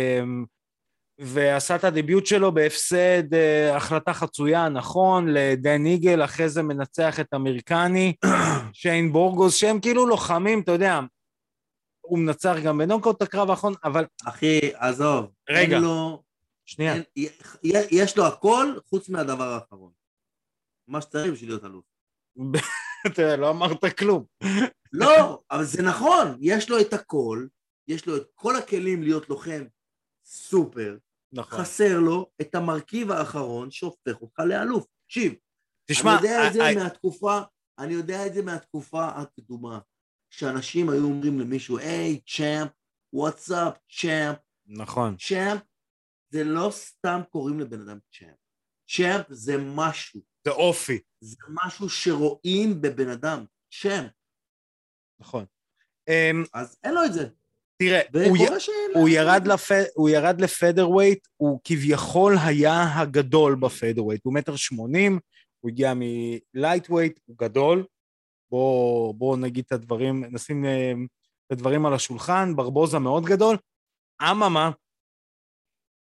ועשה את הדיביוט שלו בהפסד החלטה חצויה, נכון, לדן איגל, אחרי זה מנצח את אמריקני, שיין בורגוס, שהם כאילו לוחמים, אתה יודע, הוא מנצח גם בנוקאוט הקרב האחרון, אבל... אחי, עזוב. רגע, לו... שנייה. אין, יש לו הכל חוץ מהדבר האחרון. מה שצריך בשביל להיות אלוף. אתה יודע, לא אמרת כלום. לא, אבל זה נכון, יש לו את הכל, יש לו את כל הכלים להיות לוחם סופר, נכון. חסר לו את המרכיב האחרון שהופך אותך לאלוף. תקשיב, תשמע, אני יודע את זה I... מהתקופה, אני יודע את זה מהתקופה הקדומה, שאנשים היו אומרים למישהו, היי, צ'אמפ, what's up, צ'אמפ. נכון. צ'אמפ, זה לא סתם קוראים לבן אדם צ'אמפ. צ'אמפ זה משהו. זה אופי. זה משהו שרואים בבן אדם, צ'אמפ. נכון. אז אין לו את זה. תראה, הוא, י... הוא, ירד לפ... הוא ירד לפדרווייט, הוא כביכול היה הגדול בפדרווייט, הוא מטר שמונים, הוא הגיע מלייטווייט, הוא גדול, בוא, בוא נגיד את הדברים, נשים את הדברים על השולחן, ברבוזה מאוד גדול, אממה,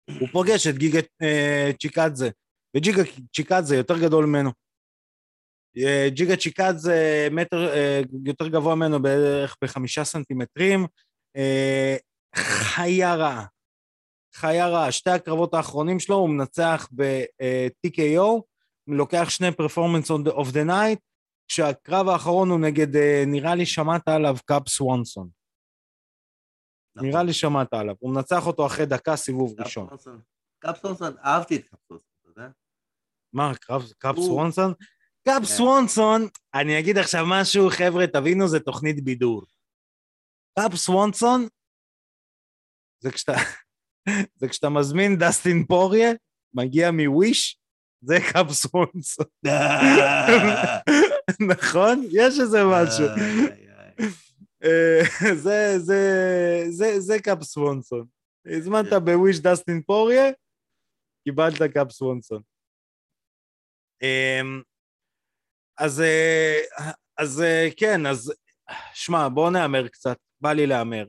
הוא פוגש את גיגה אה, צ'יקדזה, וג'יגה צ'יקדזה יותר גדול ממנו. אה, ג'יגה צ'יקדזה מטר, אה, יותר גבוה ממנו בערך בחמישה סנטימטרים, אה, חיה רעה, חיה רעה, שתי הקרבות האחרונים שלו, הוא מנצח ב-טי קיי או, לוקח שני פרפורמנס of the night, כשהקרב האחרון הוא נגד, אה, נראה לי שמעת עליו, קאפ סוונסון. נכון. נראה לי שמעת עליו, הוא מנצח אותו אחרי דקה סיבוב קאפ ראשון. סוונסון, קאפ סוונסון, אהבתי את קאפ סוונסון, אתה יודע? מה, קאפ סוונסון? קאפ כן. סוונסון, אני אגיד עכשיו משהו, חבר'ה, תבינו, זה תוכנית בידור. קאפ סוונסון, זה כשאתה, זה כשאתה מזמין דסטין פוריה, מגיע מוויש, זה קאפ סוונסון. נכון? יש איזה משהו. זה, זה, זה, זה קאפ סוונסון. הזמנת בוויש דסטין פוריה, קיבלת קאפ סוונסון. אז, אז כן, אז שמע, בוא נאמר קצת, בא לי לאמר.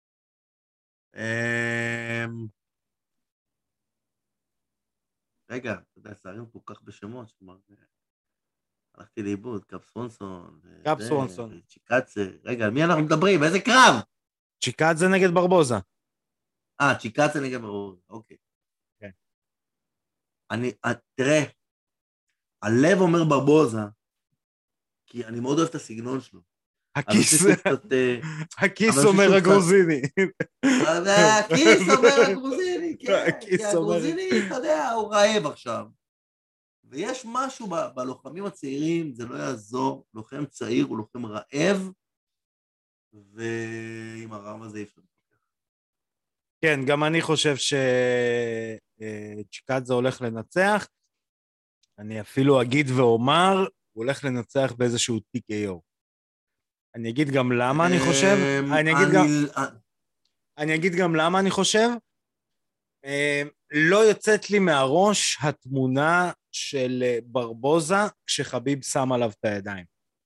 רגע, אתה יודע, סערים כל כך בשמות, כלומר, הלכתי לאיבוד, קאפ סוונסון, קאפ סוונסון, צ'יקדזה, רגע, על מי אנחנו מדברים? איזה קרב? צ'יקדזה נגד ברבוזה. אה, צ'יקדזה נגד ברבוזה, אוקיי. כן. אני, תראה, הלב אומר ברבוזה, כי אני מאוד אוהב את הסגנון שלו. הכיס, הכיס אומר הגרוזיני. הכיס אומר הגרוזיני, כן, כי הגרוזיני, אתה יודע, הוא רעב עכשיו. ויש משהו בלוחמים הצעירים, זה לא יעזור, לוחם צעיר הוא לוחם רעב, ועם הרעב הזה אפשר. כן, גם אני חושב שצ'יקדזה הולך לנצח, אני אפילו אגיד ואומר, הוא הולך לנצח באיזשהו טי קיי או. אני אגיד גם למה אני חושב, אני אגיד גם, אני אגיד גם למה אני חושב, לא יוצאת לי מהראש התמונה של ברבוזה כשחביב שם עליו את הידיים.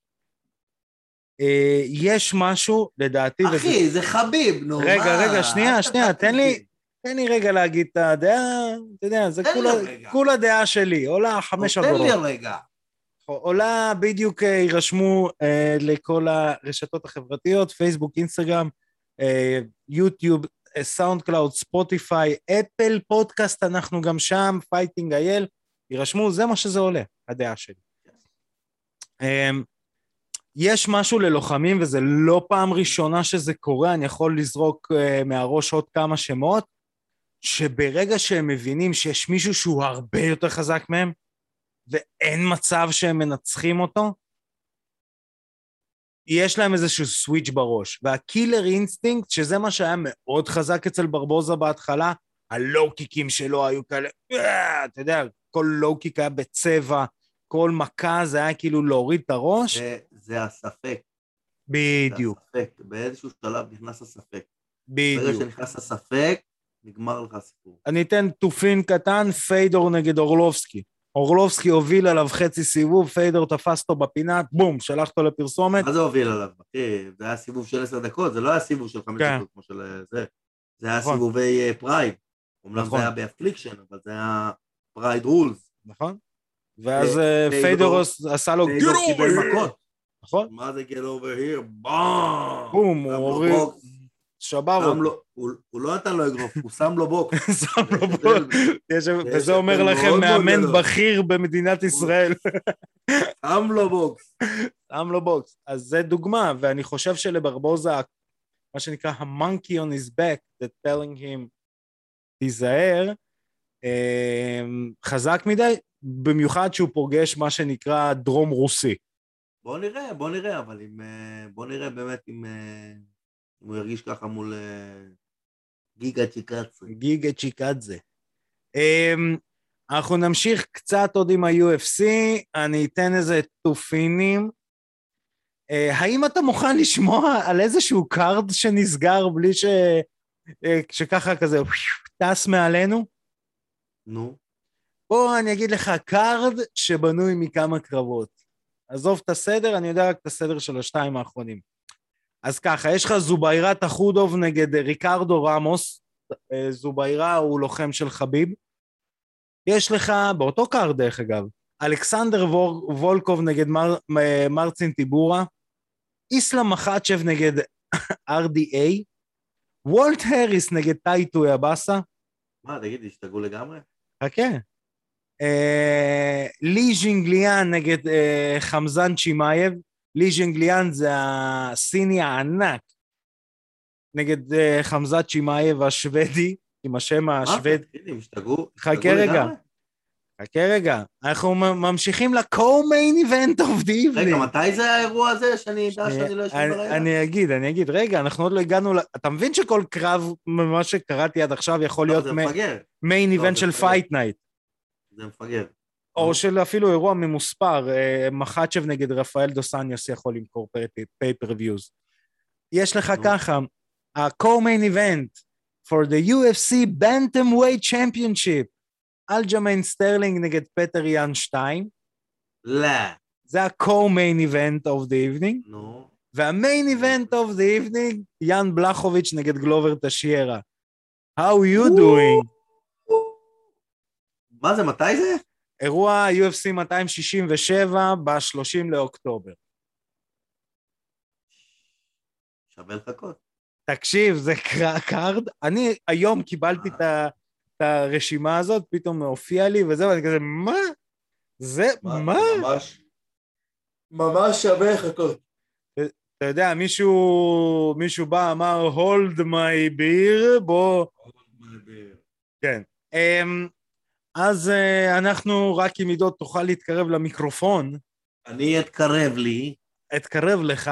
יש משהו, לדעתי... אחי, זה חביב, נו, מה? רגע, רגע, שנייה, שנייה, תן לי, תן לי רגע להגיד את הדעה, אתה יודע, זה כולה דעה שלי, עולה חמש אגורות. תן לי רגע. עולה בדיוק, יירשמו לכל הרשתות החברתיות, פייסבוק, אינסטגרם, יוטיוב, סאונד קלאוד, ספוטיפיי, אפל פודקאסט, אנחנו גם שם, פייטינג אייל, יירשמו, זה מה שזה עולה, הדעה שלי. יש משהו ללוחמים, וזה לא פעם ראשונה שזה קורה, אני יכול לזרוק מהראש עוד כמה שמות, שברגע שהם מבינים שיש מישהו שהוא הרבה יותר חזק מהם, ואין מצב שהם מנצחים אותו, יש להם איזשהו סוויץ' בראש, והקילר אינסטינקט, שזה מה שהיה מאוד חזק אצל ברבוזה בהתחלה, הלואו-קיקים שלו היו כאלה, אתה יודע, כל לואו-קיק היה בצבע, כל מכה זה היה כאילו להוריד את הראש. זה, זה הספק. בדיוק. זה הספק, באיזשהו שלב נכנס הספק. בדיוק. ברגע שנכנס הספק, נגמר לך הסיפור. אני אתן תופין קטן, פיידור נגד אורלובסקי. אורלובסקי הוביל עליו חצי סיבוב, פיידור תפס אותו בפינה, בום, שלח אותו לפרסומת. מה זה הוביל עליו? אחי, זה היה סיבוב של עשר דקות, זה לא היה סיבוב של חמש דקות כמו של זה. זה היה סיבובי פרייד. אומנם זה היה באפליקשן, אבל זה היה פרייד רולס. נכון. ואז פיידור עשה לו פיידור קיבל מכות. נכון. מה זה get over here? בום! בום, הוא הוריד. שבר אותו. הוא לא נתן לו אגרוף, הוא שם לו בוקס. שם לו בוקס. וזה אומר לכם מאמן בכיר במדינת ישראל. שם לו בוקס. שם לו בוקס. אז זה דוגמה, ואני חושב שלברבוזה, מה שנקרא, ה-monkey on his back, that telling him, תיזהר, חזק מדי, במיוחד שהוא פוגש מה שנקרא דרום רוסי. בוא נראה, בוא נראה, אבל אם, בוא נראה באמת אם... אם הוא ירגיש ככה מול גיגה צ'יקדזה. גיגה צ'יקדזה. אנחנו נמשיך קצת עוד עם ה-יו אף סי, אני אתן איזה תופינים. האם אתה מוכן לשמוע על איזשהו קארד שנסגר בלי ש... שככה כזה טס מעלינו? נו. בוא אני אגיד לך, קארד שבנוי מכמה קרבות. עזוב את הסדר, אני יודע רק את הסדר של השתיים האחרונים. אז ככה, יש לך זוביירת אחודוב נגד ריקרדו רמוס, זוביירה הוא לוחם של חביב. יש לך, באותו קאר דרך אגב, אלכסנדר וולקוב נגד מר, מרצין טיבורה, איסלאם מחצ'ב נגד אר די איי, וולט הריס נגד טייטו יבאסה. מה, תגיד, השתגעו לגמרי? חכה. אה, לי ז'ינגליאן נגד אה, חמזן צ'ימאייב. לי ז'ינגליאן זה הסיני הענק נגד אה, חמזן צ'ימאייב השוודי, עם השם השוודי. מה, תגידי, השתגעו חכה רגע. חכה רגע, אנחנו ממשיכים ל-co-main event of the evening. רגע, מתי זה האירוע הזה שאני אדע שאני לא ישב בלילה? אני אגיד, אני אגיד, רגע, אנחנו עוד לא הגענו, אתה מבין שכל קרב ממה שקראתי עד עכשיו יכול להיות main event של fight night. זה מפגר. או של אפילו אירוע ממוספר, מחצ'ב נגד רפאל דוסניוס יכול למכור pay-per-views. יש לך ככה, ה-co-main event for the יו אף סי Bantamweight Championship, אלג'מיין סטרלינג נגד פטר יאן שתיים. לא. זה ה-co-main event of the evening. נו. וה-main event of the evening, יאן בלחוביץ' נגד גלובר טשיירה. How you doing? מה זה, מתי זה? אירוע יו אף סי מאתיים שישים ושבע ב-שלושים לאוקטובר. שווה לחכות. תקשיב, זה קארד. אני היום קיבלתי את ה... את הרשימה הזאת, פתאום הופיע לי וזה, ואני כזה, מה? זה, מה? מה? ממש, ממש שווה לחכות. אתה יודע, מישהו, מישהו בא, אמר, hold my beer, בוא... hold my beer. כן. אז אנחנו, רק עם עידות, תוכל להתקרב למיקרופון. אני אתקרב לי. אתקרב לך.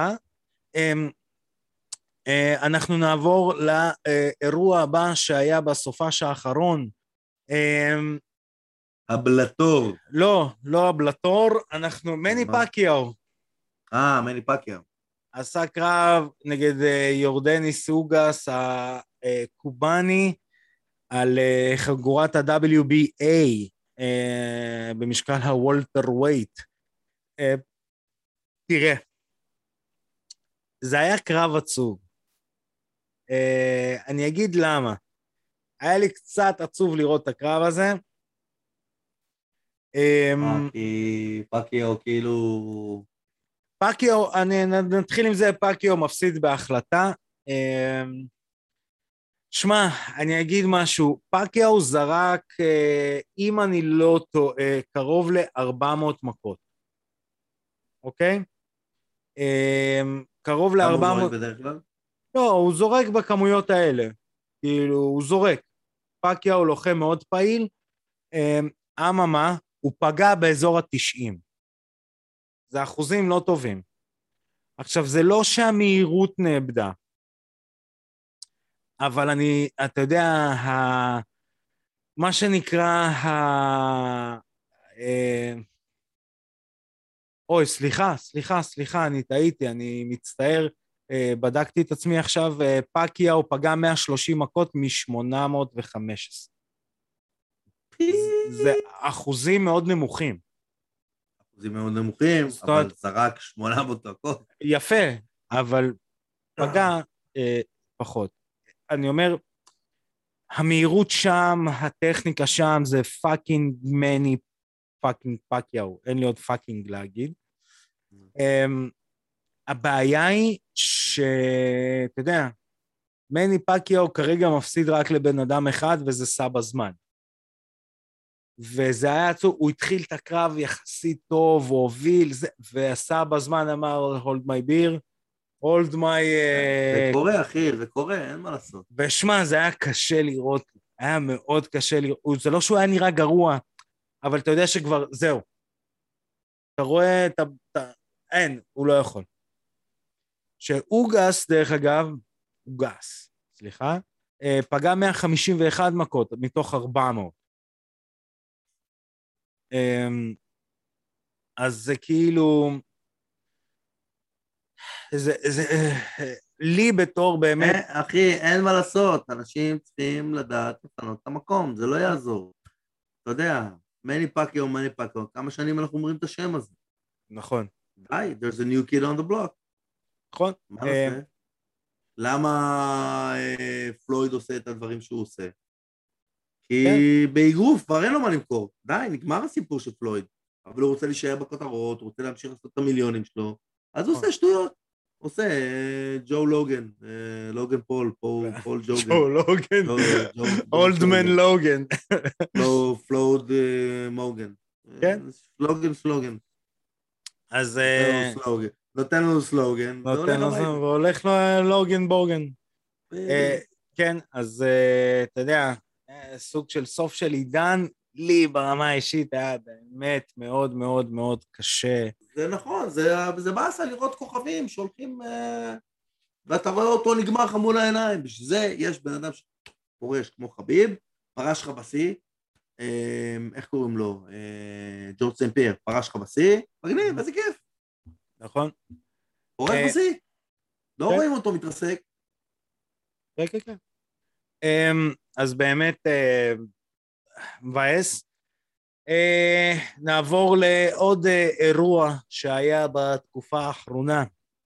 Uh, אנחנו נעבור לאירוע הבא שהיה בסופש האחרון. Uh, הבלטור. לא, לא הבלטור, אנחנו, מני פקיו. אה, מני פקיו. עשה קרב נגד uh, יורדני סוגס הקובני, על uh, חגורת ה-דאבליו би איי, uh, במשקל הוולטר ווייט. Uh, תראה, זה היה קרב עצוב. Uh, אני אגיד למה. היה לי קצת עצוב לראות את הקרב הזה. מה, כי פקיו כאילו... פקיו, אני נתחיל עם זה, פקיו מפסיד בהחלטה. Uh, שמע, אני אגיד משהו, פקיו זרק, uh, אם אני לא טועה, קרוב ל-ארבע מאות מכות. אוקיי? Uh, קרוב ל-ארבע מאות... כמה הוא זורק בדרך כלל? לא, הוא זורק בכמויות האלה, כאילו, הוא זורק. פקיו הוא לוחם מאוד פעיל, אממה, הוא פגע באזור ה-תשעים. זה אחוזים לא טובים. עכשיו, זה לא שהמהירות נאבדה, אבל אני, אתה יודע, ה... מה שנקרא, ה... אוי, סליחה, סליחה, סליחה, אני טעיתי, אני מצטער, בדקתי את עצמי עכשיו, פקיה הוא פגע מאה ושלושים מכות מ-שמונה מאות וחמש עשרה. זה אחוזים מאוד נמוכים. אחוזים מאוד נמוכים, אבל זרק שמונה מאות מכות. יפה, אבל פגע אה, פחות. אני אומר, המהירות שם, הטכניקה שם, זה פאקינג מני פאקינג פקיהו, אין לי עוד פאקינג להגיד. Um, הבעיה היא שאתה יודע, מני פקיהו כרגע מפסיד רק לבן אדם אחד, וזה סבא זמן. וזה היה עצוב, הוא התחיל את הקרב יחסית טוב, הוא הוביל, זה, והסבא זמן אמר, hold my beer, hold my... זה uh... קורה, אחי, זה קורה, אין מה לעשות. ושמע, זה היה קשה לראות, היה מאוד קשה לראות, זה לא שהוא היה נראה גרוע, אבל אתה יודע שכבר, זהו. אתה רואה, אתה, אתה, אין, הוא לא יכול. שאוגס, דרך אגב, אוגס, סליחה, פגע מאה חמישים ואחת מכות מתוך ארבע מאות. אז זה כאילו, זה, זה, לי בתור באמת... אחי, אין מה לעשות, אנשים צריכים לדעת לפנות את המקום, זה לא יעזור. אתה יודע, מני פקיו, מני פקיו, כמה שנים אנחנו אומרים את השם הזה. נכון. די, there's a new kid on the block. נכון. מה נעשה? למה אה, פלויד עושה את הדברים שהוא עושה? כי כן. באגרוף כבר אין לו מה למכור. די, נגמר הסיפור של פלויד. אבל הוא רוצה להישאר בכותרות, הוא רוצה להמשיך לעשות את המיליונים שלו, אז הוא עושה שטויות. הוא עושה אה, ג'ו לוגן, אה, לוגן פול, פול, פול ג'וגן. ג'ו לוגן, ג'ו- ג'ו- ג'ו אולדמן פלוגן. לוגן. פלו- פלוד אה, מוגן. כן. אה, סלוגן, סלוגן. אז נותן לנו אה, סלוגן. נותן לנו סלוגן, נותן לו והולך זמן, הביתה. והולך לו לוגן בוגן. אה, בדיוק. כן, אז אה, אתה יודע, אה, סוג של סוף של עידן, לי ברמה האישית היה באמת מאוד מאוד מאוד קשה. זה נכון, זה, זה באסה לראות כוכבים שהולכים, אה, ואתה רואה אותו נגמר לך מול העיניים. בשביל זה יש בן אדם שפורש כמו חביב, פרש לך בשיא, אה, איך קוראים לו? אה, ג'ורג' סן פייר, פרש לך בשיא, מגניב, איזה כיף. נכון? פורש אה, בשיא. לא כן. רואים אותו מתרסק. כן, כן, כן. אמ, אז באמת אה, מבאס. אה, נעבור לעוד אה, אירוע שהיה בתקופה האחרונה.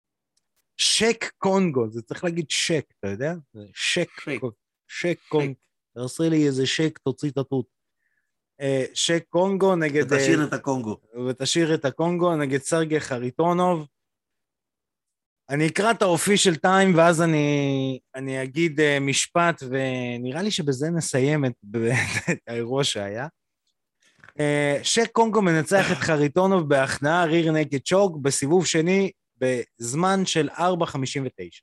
שק קונגו, זה צריך להגיד שק, אתה יודע? זה שק, שק. שק קונגו. תעשי לי איזה שק, תוציא את התות. אה, שק קונגו נגד... אה, ותשאיר את הקונגו. ותשאיר את הקונגו נגד סרגי חריטונוב. אני אקרא את האופי של טיים, ואז אני, אני אגיד uh, משפט, ונראה לי שבזה נסיים את, את האירוע שהיה. Uh, שק קונגו מנצח את חריטונוב בהכנעה ריר נקד צ'וק, בסיבוב שני, בזמן של ארבע חמישים ותשע.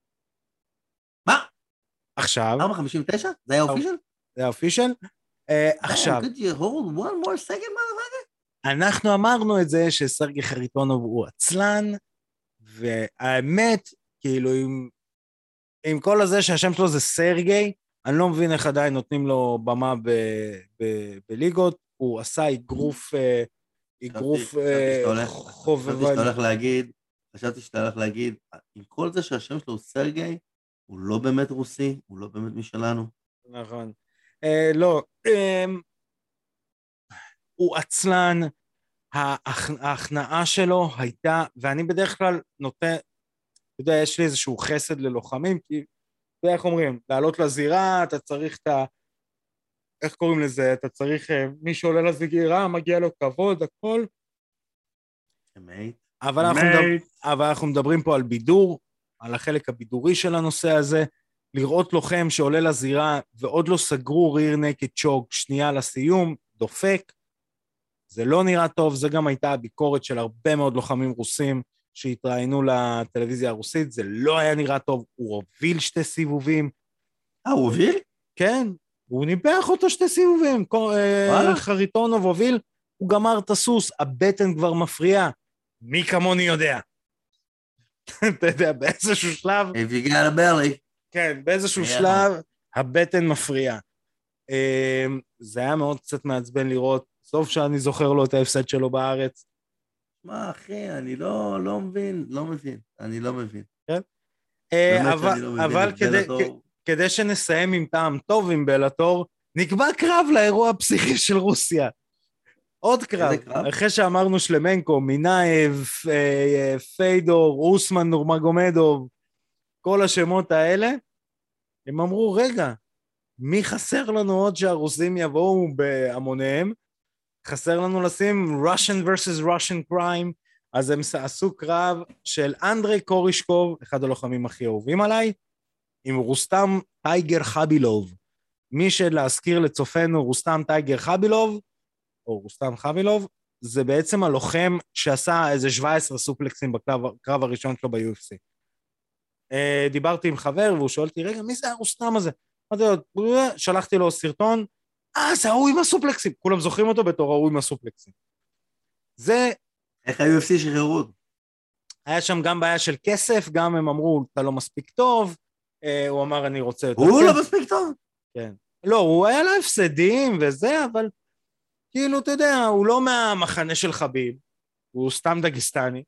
מה? עכשיו... ארבע חמישים ותשע? זה היה אופישל? זה האופישל. Uh, עכשיו... could you hold one more second, motherfucker? אנחנו אמרנו את זה שסרגי חריטונוב הוא עצלן, והאמת, כאילו, עם, עם כל הזה שהשם שלו זה סרגי, אני לא מבין איך עדיין נותנים לו במה ב, ב, בליגות, הוא עשה אגרוף, אגרוף חובבני. חשבתי שאתה הולך להגיד, חשבתי שאתה הולך להגיד, עם כל זה שהשם שלו הוא סרגי, הוא לא באמת רוסי, הוא לא באמת משלנו. נכון. אה, לא, אה, הוא עצלן, ההכנעה שלו הייתה, ואני בדרך כלל נוטה, אתה יודע, יש לי איזשהו חסד ללוחמים, כי, אתה יודע איך אומרים, לעלות לזירה, אתה צריך את ה... איך קוראים לזה? אתה צריך, מי שעולה לזירה, מגיע לו כבוד, הכל. אמת. אבל אנחנו, מדבר, אבל אנחנו מדברים פה על בידור, על החלק הבידורי של הנושא הזה, לראות לוחם שעולה לזירה, ועוד לא סגרו ריר נקד צ'וק, שנייה לסיום, דופק, זה לא נראה טוב, זה גם הייתה הביקורת של הרבה מאוד לוחמים רוסים שהתראינו לטלוויזיה הרוסית, זה לא היה נראה טוב, הוא הוביל שתי סיבובים. אה, הוא הוביל? כן, הוא ניפח אותו שתי סיבובים, חריטונוב הוביל, הוא גמר את הסוס, הבטן כבר מפריעה, מי כמוני יודע. אתה יודע, באיזשהו שלב... If you got a belly. כן, באיזשהו שלב, הבטן מפריעה. זה היה מאוד קצת מעצבן לראות, סוף שאני זוכר לו את ההפסד שלו בארץ. מה, אחי, אני לא, לא מבין, לא מבין, אני לא מבין. כן? אבל, אבל כדי, כדי שנסיים עם טעם טוב עם בלאטור, נקבע קרב לאירוע הפסיכי של רוסיה. עוד קרב, אחרי שאמרנו שלמנקו, מינאייב, פיידור, אוסמן נורמגומדוב, כל השמות האלה, הם אמרו, רגע, מי חסר לנו עוד שהרוסים יבואו בהמוניהם? חסר לנו לשים Russian versus Russian crime, אז הם עשו קרב של אנדרי קורישקוב, אחד הלוחמים הכי אהובים עליי, עם רוסטם טייגר חבילוב. מי שלהזכיר לצופנו רוסטם טייגר חבילוב, או רוסטם חבילוב, זה בעצם הלוחם שעשה איזה שבע עשרה סופלקסים בקרב הראשון שלו ב-יו אף סי. דיברתי עם חבר והוא שואל אותי, רגע, מי זה הרוסטם הזה? שלחתי לו סרטון, אה, זה ההוא עם הסופלקסים, כולם זוכרים אותו בתור ההוא עם הסופלקסים. זה... איך ה-יו אף סי שחררו? היה שם גם בעיה של כסף, גם הם אמרו, אתה לא מספיק טוב, אה, הוא אמר, אני רוצה יותר... הוא לא מספיק טוב? כן. לא, הוא היה לו הפסדים וזה, אבל כאילו, אתה יודע, הוא לא מהמחנה של חביב, הוא סתם דגיסטני.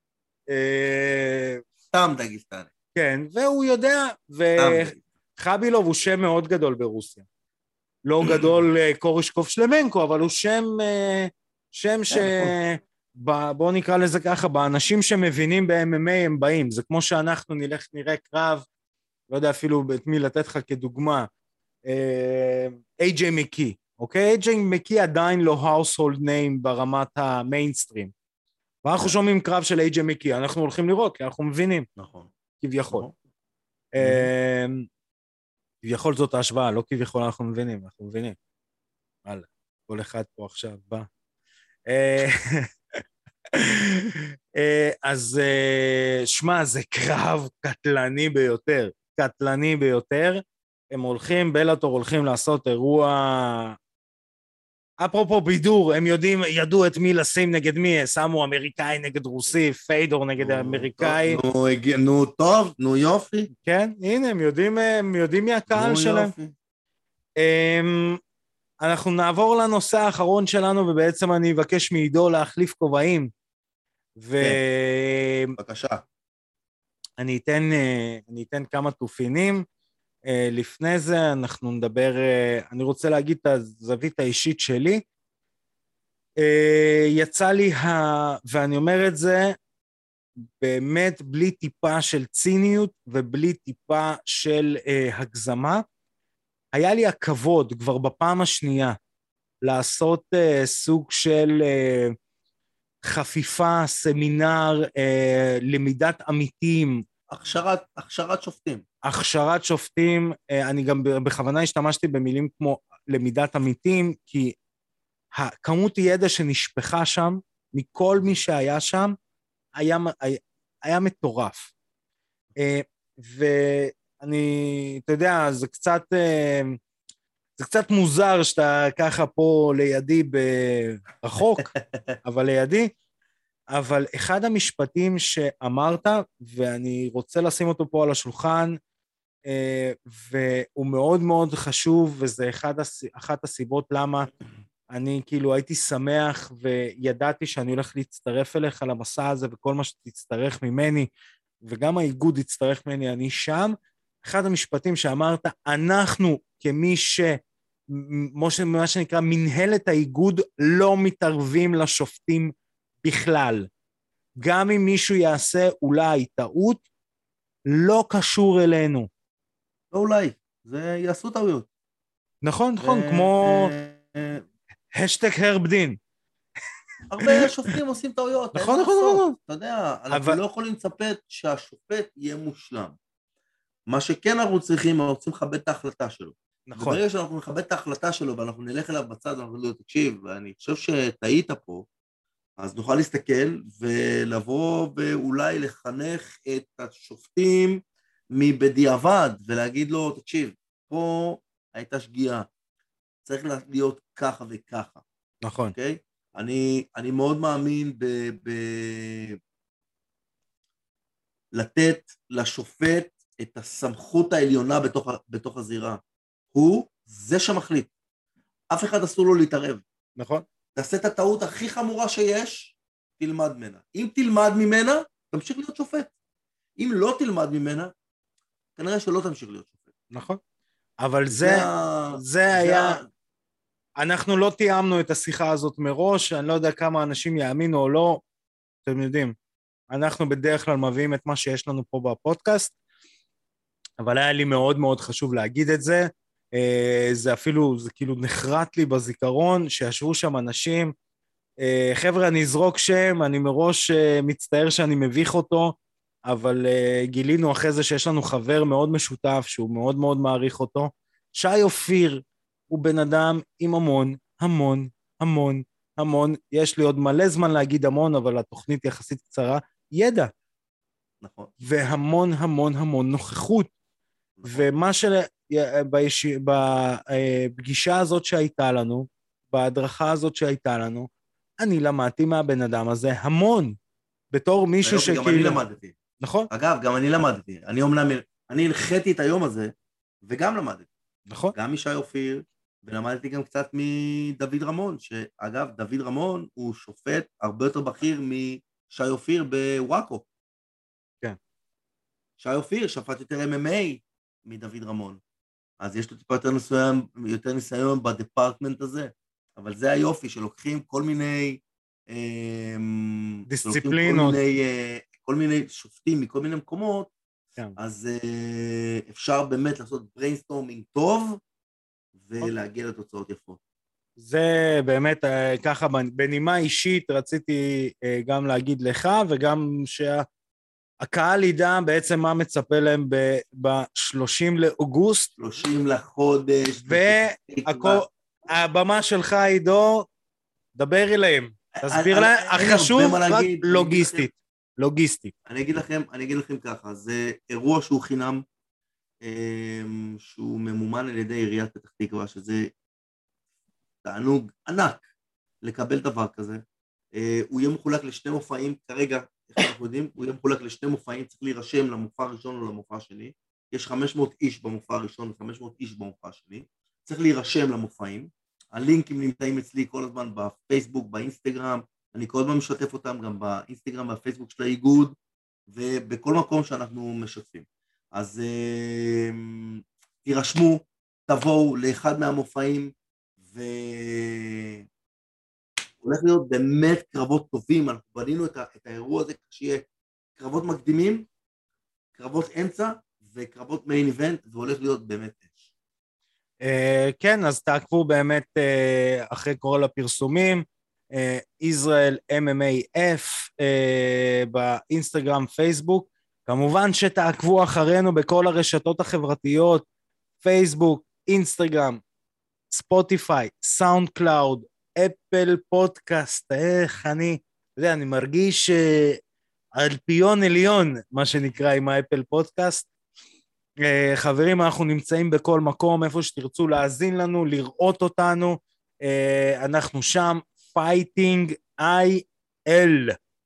אה... סתם דגיסטני. כן, והוא יודע, וחבילוב הוא שם מאוד גדול ברוסיה. לא גדול קורישקוב שלמנקו, אבל הוא שם, שם ש... בואו נקרא לזה ככה, באנשים שמבינים ב-אם אם איי הם באים, זה כמו שאנחנו נלך נראה קרב, לא יודע אפילו את מי לתת לך כדוגמה, איי ג'יי מקי, אוקיי? איי ג'יי מקי עדיין לא household name ברמת המיינסטרים, ואנחנו שומעים קרב של איי ג'יי מקי, אנחנו הולכים לראות, כי אנחנו מבינים, נכון. כביכול. נכון. כביכול זאת ההשוואה, לא כביכול אנחנו מבינים, אנחנו מבינים. הלאה, כל אחד פה עכשיו בא. אז שמה, זה קרב קטלני ביותר, קטלני ביותר. הם הולכים, בלאטור הולכים לעשות אירוע, אפרופו בידור, הם יודעים, ידעו את מי לשים נגד מי, שמו אמריקאי נגד רוסי, פיידור נגד אמריקאי. נו, נו טוב, נו יופי. כן, הנה, הם יודעים, הם יודעים מי הקהל שלהם. נו יופי. אנחנו נעבור לנושא האחרון שלנו, ובעצם אני אבקש מעידו להחליף כובעים. ו... בבקשה. אני אתן, אני אתן כמה תופינים. לפני זה אנחנו נדבר, אני רוצה להגיד את הזווית האישית שלי. יצא לי, ה... ואני אומר את זה, באמת בלי טיפה של ציניות, ובלי טיפה של הגזמה. היה לי הכבוד כבר בפעם השנייה, לעשות סוג של חפיפה, סמינר, למידת עמיתים. הכשרת, הכשרת שופטים. הכשרת שופטים, אני גם בכוונה השתמשתי במילים כמו למידת עמיתים, כי הכמות ידע שנשפחה שם, מכל מי שהיה שם, היה, היה, היה מטורף. ואני, אתה יודע, זה קצת, זה קצת מוזר שאתה ככה פה לידי ברחוק, אבל לידי, אבל אחד המשפטים שאמרת, ואני רוצה לשים אותו פה על השולחן, והוא מאוד מאוד חשוב, וזה אחד, אחת הסיבות למה אני כאילו הייתי שמח, וידעתי שאני הולך להצטרף אליך למסע הזה, וכל מה שתצטרך ממני, וגם האיגוד יצטרך ממני, אני שם. אחד המשפטים שאמרת, אנחנו כמי ש... מה שנקרא, מנהלת האיגוד לא מתערבים לשופטים בכלל. גם אם מישהו יעשה אולי טעות, לא קשור אלינו. לא אולי, זה יעשו טעויות. נכון, נכון, כמו השטג הרבדין. הרבה שופטים עושים טעויות. נכון, נכון, נכון. אתה יודע, אנחנו לא יכולים לצפות שהשופט יהיה מושלם. מה שכן אנחנו צריכים, אנחנו צריכים לכבד את ההחלטה שלו. נכון. וברגע שאנחנו נכבד את ההחלטה שלו, ואנחנו נלך אליו בצד, אנחנו נגיד לו, תקשיב, ואני חושב שטעית פה, אז נוכל להסתכל ולבוא ואולי לחנך את השופטים מבדיעבד, ולהגיד לו, תקשיב, פה הייתה שגיאה, צריך להיות ככה וככה. נכון. אוקיי? אני, אני מאוד מאמין ב, ב... לתת לשופט את הסמכות העליונה בתוך, בתוך הזירה. הוא זה שמחליט. אף אחד אסור לו להתערב. נכון. תעשה את הטעות הכי חמורה שיש, תלמד ממנה. אם תלמד ממנה, תמשיך להיות שופט. אם לא תלמד ממנה, כנראה שלא תמשיך להיות שופט. נכון. אבל זה, זה, זה, זה היה... אנחנו לא תיאמנו את השיחה הזאת מראש, אני לא יודע כמה אנשים יאמינו או לא, אתם יודעים, אנחנו בדרך כלל מביאים את מה שיש לנו פה בפודקאסט, אבל היה לי מאוד מאוד חשוב להגיד את זה, זה אפילו, זה כאילו נחרט לי בזיכרון, שישבו שם אנשים, חבר'ה אני אזרוק שם, אני מראש מצטער שאני מביך אותו, אבל גילינו אחרי זה שיש לנו חבר מאוד משותף, שהוא מאוד מאוד מעריך אותו, שי אופיר, הוא בן אדם עם המון, המון, המון, המון, יש לי עוד מלא זמן להגיד המון, אבל התוכנית יחסית קצרה, ידע. נכון. והמון, המון, המון נוכחות. נכון. ומה של... ביש... בפגישה הזאת שהייתה לנו, בהדרכה הזאת שהייתה לנו, אני למדתי מהבן אדם הזה המון, בתור מישהו שכאילו... גם אני למדתי. נכון? אגב, גם אני למדתי. אני אומנם, אני הנחיתי את היום הזה, וגם למדתי. נכון. גם משי אופיר, ולמדתי גם קצת מדוד רמון, שאגב, דוד רמון הוא שופט הרבה יותר בכיר משי אופיר בוואקו. כן. שי אופיר שפט יותר אם אם איי מדוד רמון. אז יש לו טיפה יותר ניסיון, יותר ניסיון בדפרטמנט הזה. אבל זה היופי, שלוקחים כל מיני דיסציפלינות. כל מיני, כל מיני שופטים מכל מיני מקומות, כן. אז אפשר באמת לעשות brainstorming טוב, ולהגיע לתוצאות יפות. זה באמת ככה, בנימה אישית רציתי גם להגיד לך, וגם שהקהל ידע בעצם מה מצפה להם ב-שלושים לאוגוסט. שלושים לחודש. והבמה שלך, עידו, דבר אליהם. תסביר להם, החשוב רק לוגיסטית. לוגיסטית. אני אגיד לכם, אני אגיד לכם ככה, זה אירוע שהוא חינם, שהוא ממומן על ידי עיריית פתח תקווה, שזה תענוג ענק לקבל דבר כזה. הוא יהיה מחולק לשני מופעים, כרגע, איך אנחנו יודעים, הוא יהיה מחולק לשני מופעים, צריך להירשם למופע הראשון או למופע השני, יש חמש מאות איש במופע הראשון ו-חמש מאות איש במופע השני, צריך להירשם למופעים, הלינקים נמצאים אצלי כל הזמן בפייסבוק, באינסטגרם, אני כל הזמן משתף אותם גם באינסטגרם והפייסבוק של האיגוד, ובכל מקום שאנחנו משתפים. אז תירשמו, תבואו לאחד מהמופעים, והולך להיות באמת קרבות טובים, אנחנו בנינו את, את האירוע הזה שיהיה קרבות מקדימים, קרבות אמצע וקרבות מיין איבנט, והולך להיות באמת אש. כן, אז תעקבו באמת אחרי כל הפרסומים, ישראל אם אם איי אף באינסטגרם, פייסבוק, כמובן שתעקבו אחרינו בכל הרשתות החברתיות, פייסבוק, אינסטגרם, ספוטיפיי, סאונד קלאוד, אפל פודקאסט, איך אני, אתה יודע, אני מרגיש אלפיון עליון, מה שנקרא עם האפל פודקאסט. חברים, אנחנו נמצאים בכל מקום, איפה שתרצו להאזין לנו, לראות אותנו, אנחנו שם, פייטינג איי אל.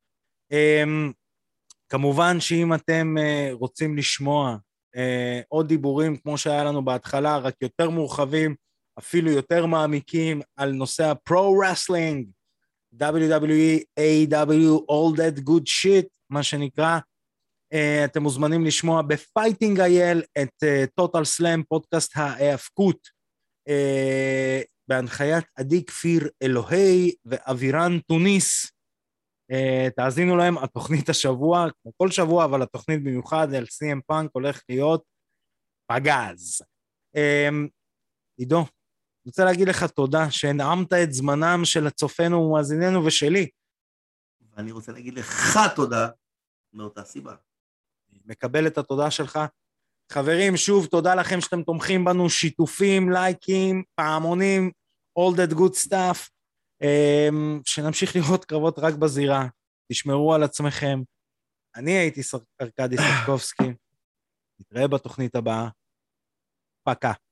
כמובן שאם אתם רוצים לשמוע עוד דיבורים, כמו שהיה לנו בהתחלה, רק יותר מורחבים, אפילו יותר מעמיקים על נושא הפרו-רסלינג, דאבליו דאבליו אי, איי דאבליו, all that good shit, מה שנקרא, uh, אתם מוזמנים לשמוע בפייטינג איי אל את טוטל uh, סלאם, פודקאסט ההאבקות, uh, בהנחיית עדי כפיר אלוהי ואבירן טוניס, uh, תאזינו להם, התוכנית השבוע, כמו כל שבוע, אבל התוכנית במיוחד על סי אם פאנק הולך להיות פגז. Um, עידו, אני רוצה להגיד לך תודה שהנעמת את זמנם של הצופנו ומאזיננו ושלי. ואני רוצה להגיד לך תודה מאותה סיבה. מקבל את התודה שלך. חברים, שוב, תודה לכם שאתם תומכים בנו, שיתופים, לייקים, פעמונים, all that good stuff, שנמשיך לראות קרבות רק בזירה. תשמרו על עצמכם. אני הייתי ארקדי סטקובסקי. נתראה בתוכנית הבאה. פקה.